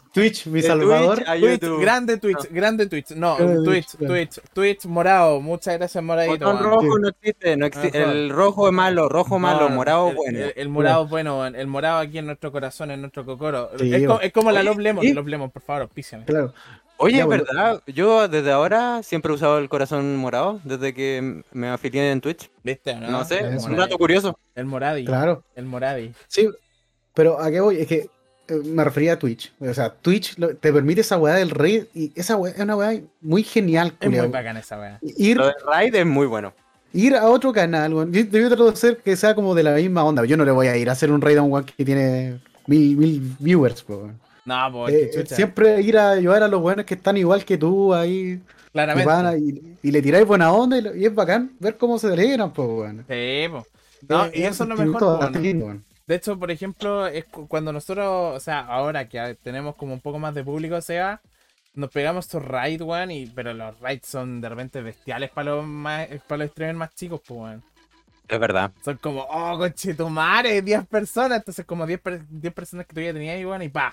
Twitch, mi De salvador. Twitch a Twitch, YouTube. grande Twitch, grande Twitch. No, Grande Twitch, Twitch, claro. Twitch, Twitch morado. Muchas gracias, moradito. Botón weón. rojo Sí. no existe, no existe. Mejor. El rojo es malo, rojo No, malo, no, morado el, bueno. El, el morado es bueno, weón. El morado aquí en nuestro corazón, en nuestro cocoro. Sí, es, co- weón. es como la Oye, Love Lemon. ¿sí? Love Lemon, por favor, auspíciame. Claro. Oye, Ya, es bueno. verdad, yo desde ahora siempre he usado el corazón morado, desde que me afilié en Twitch. ¿Viste? No, No sé, el es un moradi. dato curioso. El moradi. Claro. El moradi. Sí, pero ¿a qué voy? Es que eh, me refería a Twitch. O sea, Twitch lo- te permite esa weá del raid y esa weá es una weá muy genial, Es muy culiao. bacana esa weá. Ir, Lo de Raid es muy bueno. ir a otro canal, weón. Yo, yo trato de hacer que sea como de la misma onda. Yo no le voy a ir a hacer un raid a un weón que tiene mil, mil viewers, po, weón. No, pues, Eh, chucha. siempre ir a ayudar a los buenos que están igual que tú ahí. Que Claramente. van a- y, y le tiráis buena onda y, lo- y es bacán ver cómo se alegran, pues, weón. Sí, po. No, Eh, y eso es lo un mejor, sentimiento po, bastante ¿no? lindo, weón. De hecho, por ejemplo, es cu- cuando nosotros, o sea, ahora que tenemos como un poco más de público, o sea, nos pegamos estos raids, weón, y, pero los raids son de repente bestiales para los más, para los streamers más chicos, pues, weón. Es verdad. Son como, oh, conchetumare, diez personas, entonces como diez, per- diez personas que todavía tenía ahí, weón, y pa.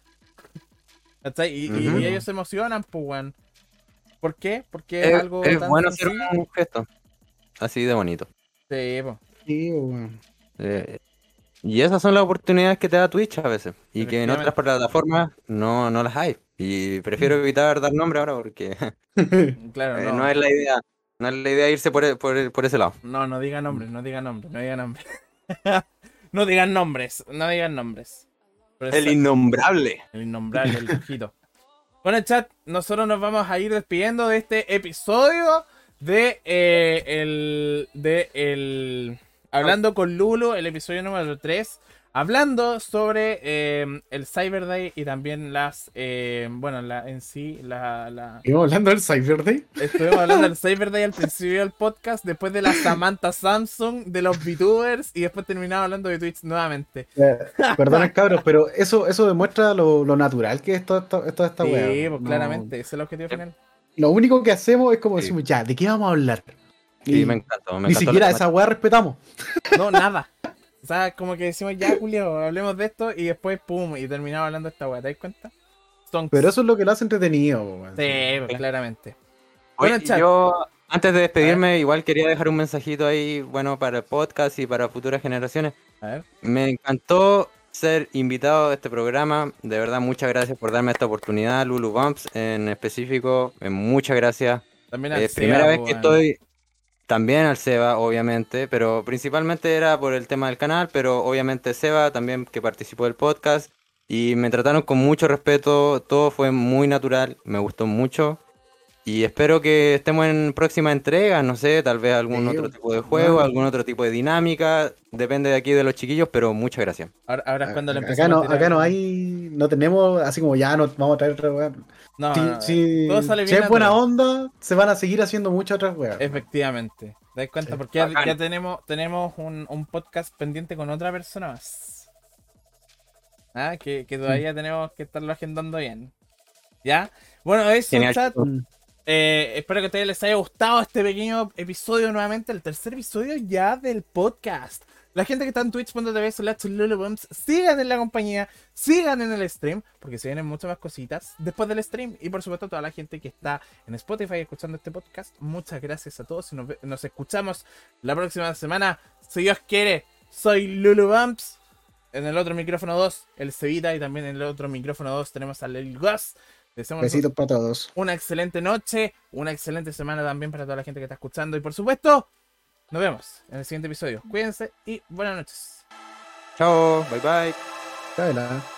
¿Cachai? Y, y- Ujú. y ellos se emocionan, pues, weón. ¿Por qué? Porque es, Es, algo es tan bueno hacer sencillo. un gesto así de bonito. Sí, po. Sí, weón. Eh, y esas son las oportunidades que te da Twitch a veces. Y que en otras Efectivamente. plataformas no, no las hay. Y prefiero evitar dar nombre ahora porque Claro, eh, no. no es la idea. No es la idea irse por, e- por, e- por ese lado. No, no digan nombres, no digan nombres, no digan nombres. No digan nombres, no digan nombres. Pero El es- innombrable. el innombrable, el brujito. Bueno, chat, nosotros nos vamos a ir despidiendo de este episodio de eh, el de el Hablando con Lulu, el episodio número tres. Hablando sobre eh, el Cyber Day y también las, eh, bueno, la, en sí, la, la... ¿Estamos hablando del Cyber Day? Estuvimos hablando del Cyber Day al principio del podcast, después de la Samantha Samsung, de los VTubers, y después terminamos hablando de Twitch nuevamente. Eh, Perdonen, cabros, pero eso, eso demuestra lo, lo natural que es toda esta, toda esta Sí, weá. pues No- claramente, ese es el objetivo final. Lo único que hacemos es como Sí. decimos, ya, ¿de qué vamos a hablar? Sí, Y me encantó. Me ni encantó siquiera la esa weá respetamos. No, nada. O sea, como que decimos, ya, Julio, hablemos de esto, y después, pum, y terminamos hablando de esta weá, ¿te das cuenta? Stonks. Pero eso es lo que lo hace entretenido, weón. Sí, pues, claramente. Oye, Bueno, chat. yo antes de despedirme, igual quería dejar un mensajito ahí, bueno, para el podcast y para futuras generaciones. A ver. Me encantó ser invitado a este programa. De verdad, muchas gracias por darme esta oportunidad, Lulu Bumps en específico. eh, Muchas gracias. También al Es Seba, primera vez pues, que weón. estoy también al Seba, obviamente, pero principalmente era por el tema del canal, pero obviamente Seba también que participó del podcast y me trataron con mucho respeto, todo fue muy natural, me gustó mucho y espero que estemos en próximas entregas, no sé, tal vez algún Sí, otro tipo de juego, bueno. algún otro tipo de dinámica, depende de aquí de los chiquillos, pero muchas gracias. Ahora, ahora es cuando le Acá empezamos no, a tirar- acá no hay, no tenemos así como ya nos vamos a traer otra weá. No, Si, no, no, si- todo sale si bien es buena natural. onda, se van a seguir haciendo muchas otras weas. Efectivamente. ¿Te das cuenta? Sí. Porque ya, Bacán. ya tenemos, tenemos un, un podcast pendiente con otra persona más. Ah, que, que todavía tenemos que estarlo agendando bien. ¿Ya? Bueno, eso, Genial. chat. Mm. Eh, espero que a ustedes les haya gustado este pequeño episodio nuevamente, el tercer episodio ya del podcast. La gente que está en twitch punto t v slash lulubumps, sigan en la compañía, sigan en el stream, porque se vienen muchas más cositas después del stream. Y por supuesto, toda la gente que está en Spotify escuchando este podcast, muchas gracias a todos y nos, ve- nos escuchamos la próxima semana. Si Dios quiere, soy Lulubumps. En el otro micrófono dos, el Cevita, y también en el otro micrófono dos tenemos al Lil Gus. Deseamos Besitos para todos. una excelente noche, una excelente semana también para toda la gente que está escuchando. Y por supuesto, nos vemos en el siguiente episodio. Cuídense y buenas noches. Chao, bye bye. Cáela.